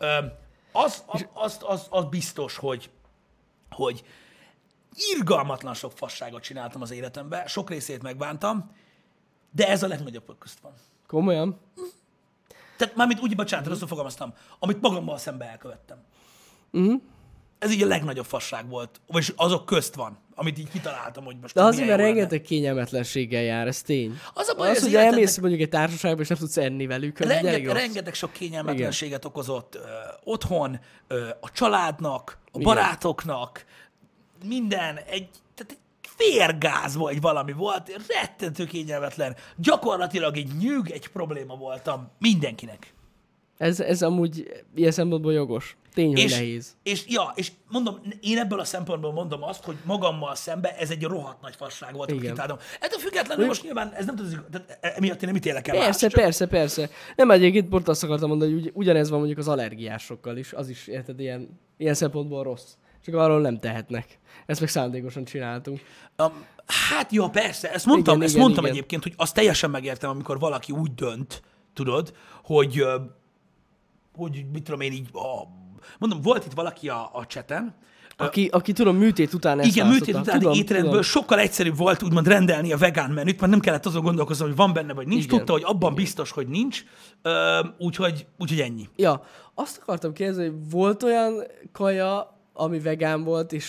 Az biztos, hogy irgalmatlan sok fasságot csináltam az életemben, sok részét megbántam, de ez a legnagyobb közt van. Komolyan? Tehát mármint úgy, bocsánat, rosszul fogalmaztam, amit magammal szembe elkövettem. Uh-huh. Ez így a legnagyobb fasság volt. Vagyis azok közt van, amit így kitaláltam, hogy most de azért, mert rengeteg kényelmetlenséggel jár, ez tény. Az a baj, hogy elmész mondjuk egy társaságba, és nem tudsz enni velük. Rengeteg sok kényelmetlenséget okozott otthon, a családnak, a barátoknak, tehát egy férgáz vagy valami volt, rettentő kényelmetlen. Gyakorlatilag egy nyűg, egy probléma voltam mindenkinek. Ez amúgy ilyen szempontból jogos. Tény, hogy nehéz. És mondom, én ebből a szempontból mondom azt, hogy magammal szemben ez egy rohadt nagy fasság volt, amit kitáltam. Ettől függetlenül most nyilván ez nem tudom, emiatt én nem ítélek el Persze. Nem, egyébként pont azt akartam mondani, hogy ugyanez van mondjuk az allergiásokkal is. Az is, érted, ilyen szempontból rossz. Csak arról nem tehetnek. Ezt meg szándékosan csináltunk. Hát jó, persze. Ezt mondtam egyébként, hogy azt teljesen megértem, amikor valaki úgy dönt, tudod, hogy mit tudom én így, mondom, volt itt valaki a chaten, Aki tudom, műtét után ezt igen, műtét utáni étrendből sokkal egyszerűbb volt úgymond rendelni a vegán menüt, mert nem kellett azon gondolkozni, hogy van benne vagy nincs. Igen. Tudta, hogy abban biztos, hogy nincs. Úgyhogy ennyi. Ja, azt akartam kérdezni, hogy volt olyan kaja, ami vegán volt, és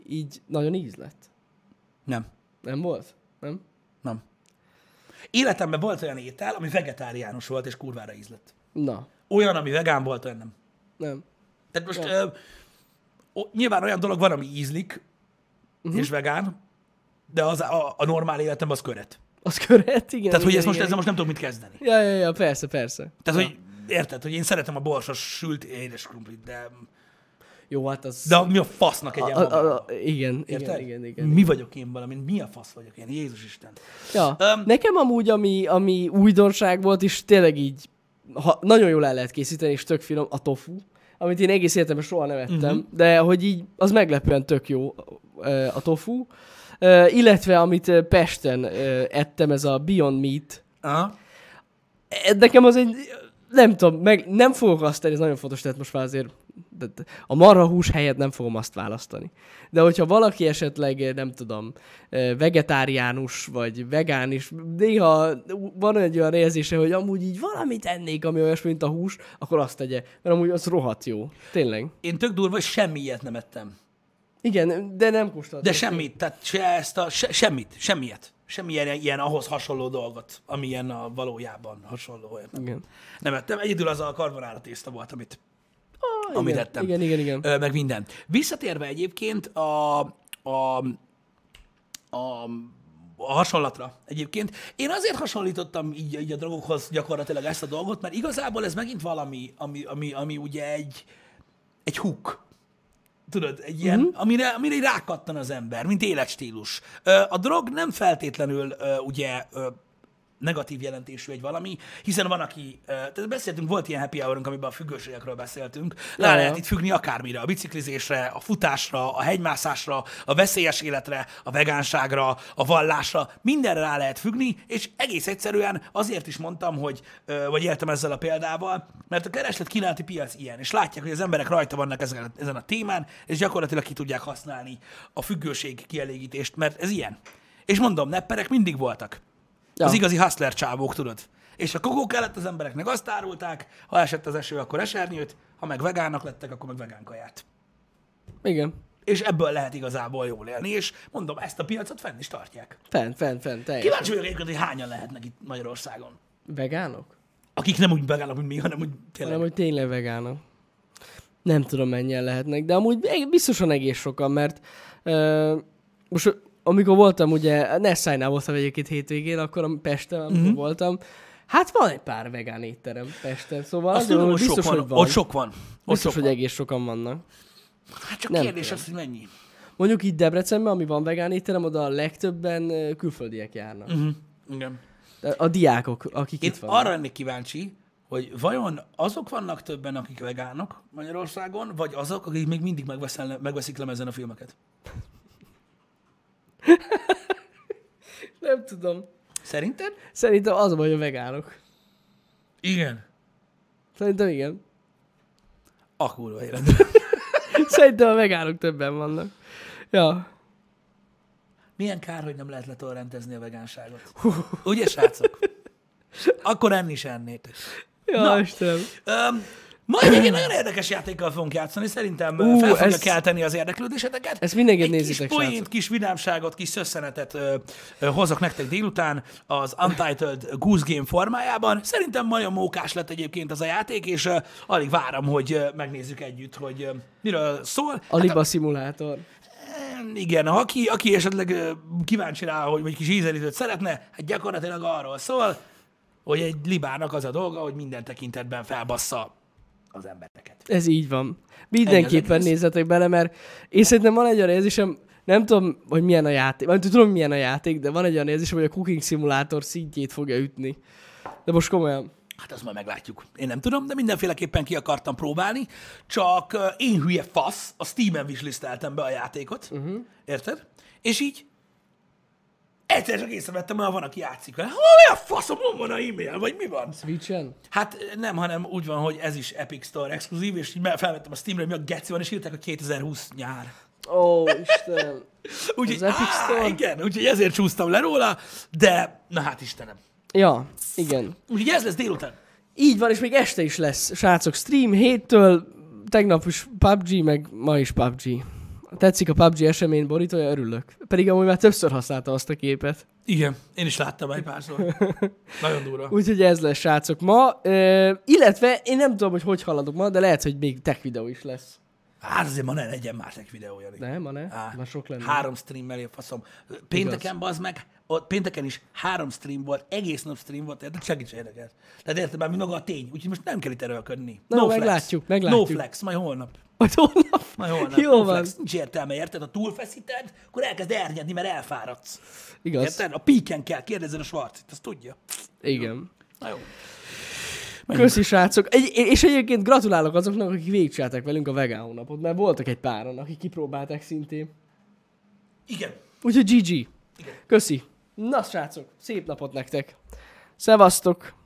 így nagyon íz lett? Nem. Nem volt? Nem? Nem. Életemben volt olyan étel, ami vegetáriánus volt, és kurvára ízlett. Na, Olyan, ami vegán volt, olyan nem. nem. Tehát most nyilván olyan dolog van, ami ízlik, és vegán, de az a normál életemben az köret. Az köret, igen. Tehát, hogy igen, ezzel most nem tudom mit kezdeni. Ja, persze. Tehát, hogy érted, hogy én szeretem a borsos sült édes krumplit, de Jó, hát az... De mi a fasznak egy ilyen magában? Igen. Mi vagyok én valami? Mi a fasz vagyok én? Jézus Isten. Ja. Nekem amúgy, ami újdonság volt, és tényleg így nagyon jól el lehet készíteni, és tök finom, a tofu, amit én egész életemben soha nem ettem, de hogy így az meglepően tök jó a tofu. Illetve amit Pesten ettem, ez a Beyond Meat. Aha. Nekem az egy, nem tudom, nem fogok azt tenni, ez nagyon fontos, tehát most már azért a marhahús helyett nem fogom azt választani. De hogyha valaki esetleg, nem tudom, vegetáriánus vagy vegán is, néha van egy olyan érzése, hogy amúgy így valamit ennék, ami olyasmi, mint a hús, akkor azt tegye. Mert amúgy az rohadt jó. Tényleg. Én tök durva, hogy semmi ilyet nem ettem. Igen, de nem kóstoltam. De semmit, tehát semmiet. Semmi ilyen ahhoz hasonló dolgot, ami ilyen a valójában hasonló. Igen. Nem ettem. Egyedül az a carbonara tészta volt, amit ettem. Igen. Meg minden. Visszatérve egyébként a hasonlatra egyébként. Én azért hasonlítottam így a drogokhoz gyakorlatilag ezt a dolgot, mert igazából ez megint valami, ami ugye egy hook. Tudod, egy ilyen, amire így rákattan az ember, mint életstílus. A drog nem feltétlenül ugye negatív jelentésű egy valami, hiszen van, aki, tehát beszéltünk, volt ilyen happy hour-unk, amiben a függőségekről beszéltünk, rá lehet itt függni akármire, a biciklizésre, a futásra, a hegymászásra, a veszélyes életre, a vegánságra, a vallásra, mindenre rá lehet függni, és egész egyszerűen azért is mondtam, vagy éltem ezzel a példával, mert a kereslet-kínálati piac ilyen, és látják, hogy az emberek rajta vannak ezen a témán, és gyakorlatilag ki tudják használni a függőség kielégítést, mert ez ilyen. És mondom, nepperek mindig voltak. Ja. Az igazi hustler csávók, tudod. És a kokó kellett, az embereknek azt árulták, ha esett az eső, akkor esernyőt, ha meg vegánok lettek, akkor meg vegán kaját. Igen. És ebből lehet igazából jól élni, és mondom, ezt a piacot fenn is tartják. Fenn, teljesen. Kíváncsi vagyok egyébként, hogy hányan lehetnek itt Magyarországon. Vegánok? Akik nem úgy vegánok, mint mi, hanem úgy tényleg. Hanem, hogy tényleg vegánok. Nem tudom, mennyien lehetnek, de amúgy biztosan egész sokan, mert most amikor voltam ugye, Nessai-nál voltam egyébként hétvégén, akkor a Pesten, amikor voltam, hát van egy pár vegán étterem Pesten, szóval azt tudom, biztos, hogy van. Ott sok van. Biztos, hogy egész sokan vannak. Hát csak Nem kérdés tudom. az, hogy mennyi. Mondjuk itt Debrecenben, ami van vegán étterem, oda a legtöbben külföldiek járnak. Igen. A diákok, akik Én itt vannak. arra lennék kíváncsi, hogy vajon azok vannak többen, akik vegánok Magyarországon, vagy azok, akik még mindig megveszik lemezen a filmeket? Nem tudom. Szerinted? Szerintem az a baj, a vegánok. Igen. Szerintem igen. A kurva élet. Szerintem a vegánok többen vannak. Ja. Milyen kár, hogy nem lehet letorrentezni a vegánságot. Ugye, srácok? Akkor enni is ennétek. Ja, Na, Istenem. majd egy nagyon érdekes játékkal fogunk játszani, szerintem fel fogja kelteni az érdeklődéseteket. Ezt mindenkit egy nézzétek, kis poént, srácok. kis vidámságot, kis szösszenetet hozok nektek délután az Untitled Goose Game formájában. Szerintem nagyon mókás lett egyébként az a játék, és alig várom, hogy megnézzük együtt, hogy miről szól. A liba szimulátor. Igen, aki esetleg kíváncsi rá, hogy egy kis ízelítőt szeretne, hát gyakorlatilag arról szól, hogy egy libának az a dolga, hogy minden tekintetben felbassza az embereket. Ez így van. Mindenképpen nézzetek bele, mert én szerintem van egy olyan érzésem, nem tudom, hogy milyen a játék, vagy tudom, milyen a játék, de van egy olyan érzésem, hogy a Cooking Simulator szintjét fogja ütni. De most komolyan. Hát azt majd meglátjuk. Én nem tudom, de mindenféleképpen ki akartam próbálni, csak én hülye fasz, a Steam-en wishlisteltem be a játékot, érted? És így egyszer csak észrevettem, hogy van, aki játszik vele. Mi a faszom, van a e-mail, vagy mi van? Switchen? Hát nem, hanem úgy van, hogy ez is Epic Store exkluzív, és így felvettem a Steamre, hogy mi a geci van, és írták, hogy 2020 nyár. Ó, Istenem. Úgyhogy, Az Epic Store? igen, úgyhogy ezért csúsztam le róla, de na hát Istenem. Ja, igen. Úgyhogy ez lesz délután. Így van, és még este is lesz, srácok, stream 7-től, tegnap is PUBG, meg ma is PUBG. Tetszik a PUBG esemény borítója, örülök. Pedig amúgy már többször használta azt a képet. Igen, én is láttam egy párszor. Nagyon durva. Úgyhogy ez lesz, srácok, ma. Illetve én nem tudom, hogy haladok ma, de lehet, hogy még tech videó is lesz. Hát azért ma ne legyen más egy videó, Jani. Nem, ma ne? Ma sok lenne. 3 streammel én faszom. Pénteken, bazd meg, pénteken is 3 stream volt, egész nap stream volt, érted? Segíts érdekelt. Tehát érted már, mi maga a tény, úgyhogy most nem kell itt erőlködni. No meglátjuk. No flex, majd holnap. Majd holnap? Majd holnap. Jó No van. flex. Nincs értelme, érted? Ha túlfeszíted, akkor elkezd ernyedni, mert elfáradsz. Igaz. Érted? A píken kell, kérdezzed a Schwarzit, azt tudja. Igen. Na jó. Köszi, srácok. És egyébként gratulálok azoknak, akik végigcsinálták velünk a vegán hónapot, mert voltak egy páran, akik kipróbálták szintén. Igen. Úgyhogy GG. Igen. Köszi. Na, srácok, szép napot nektek. Szevasztok.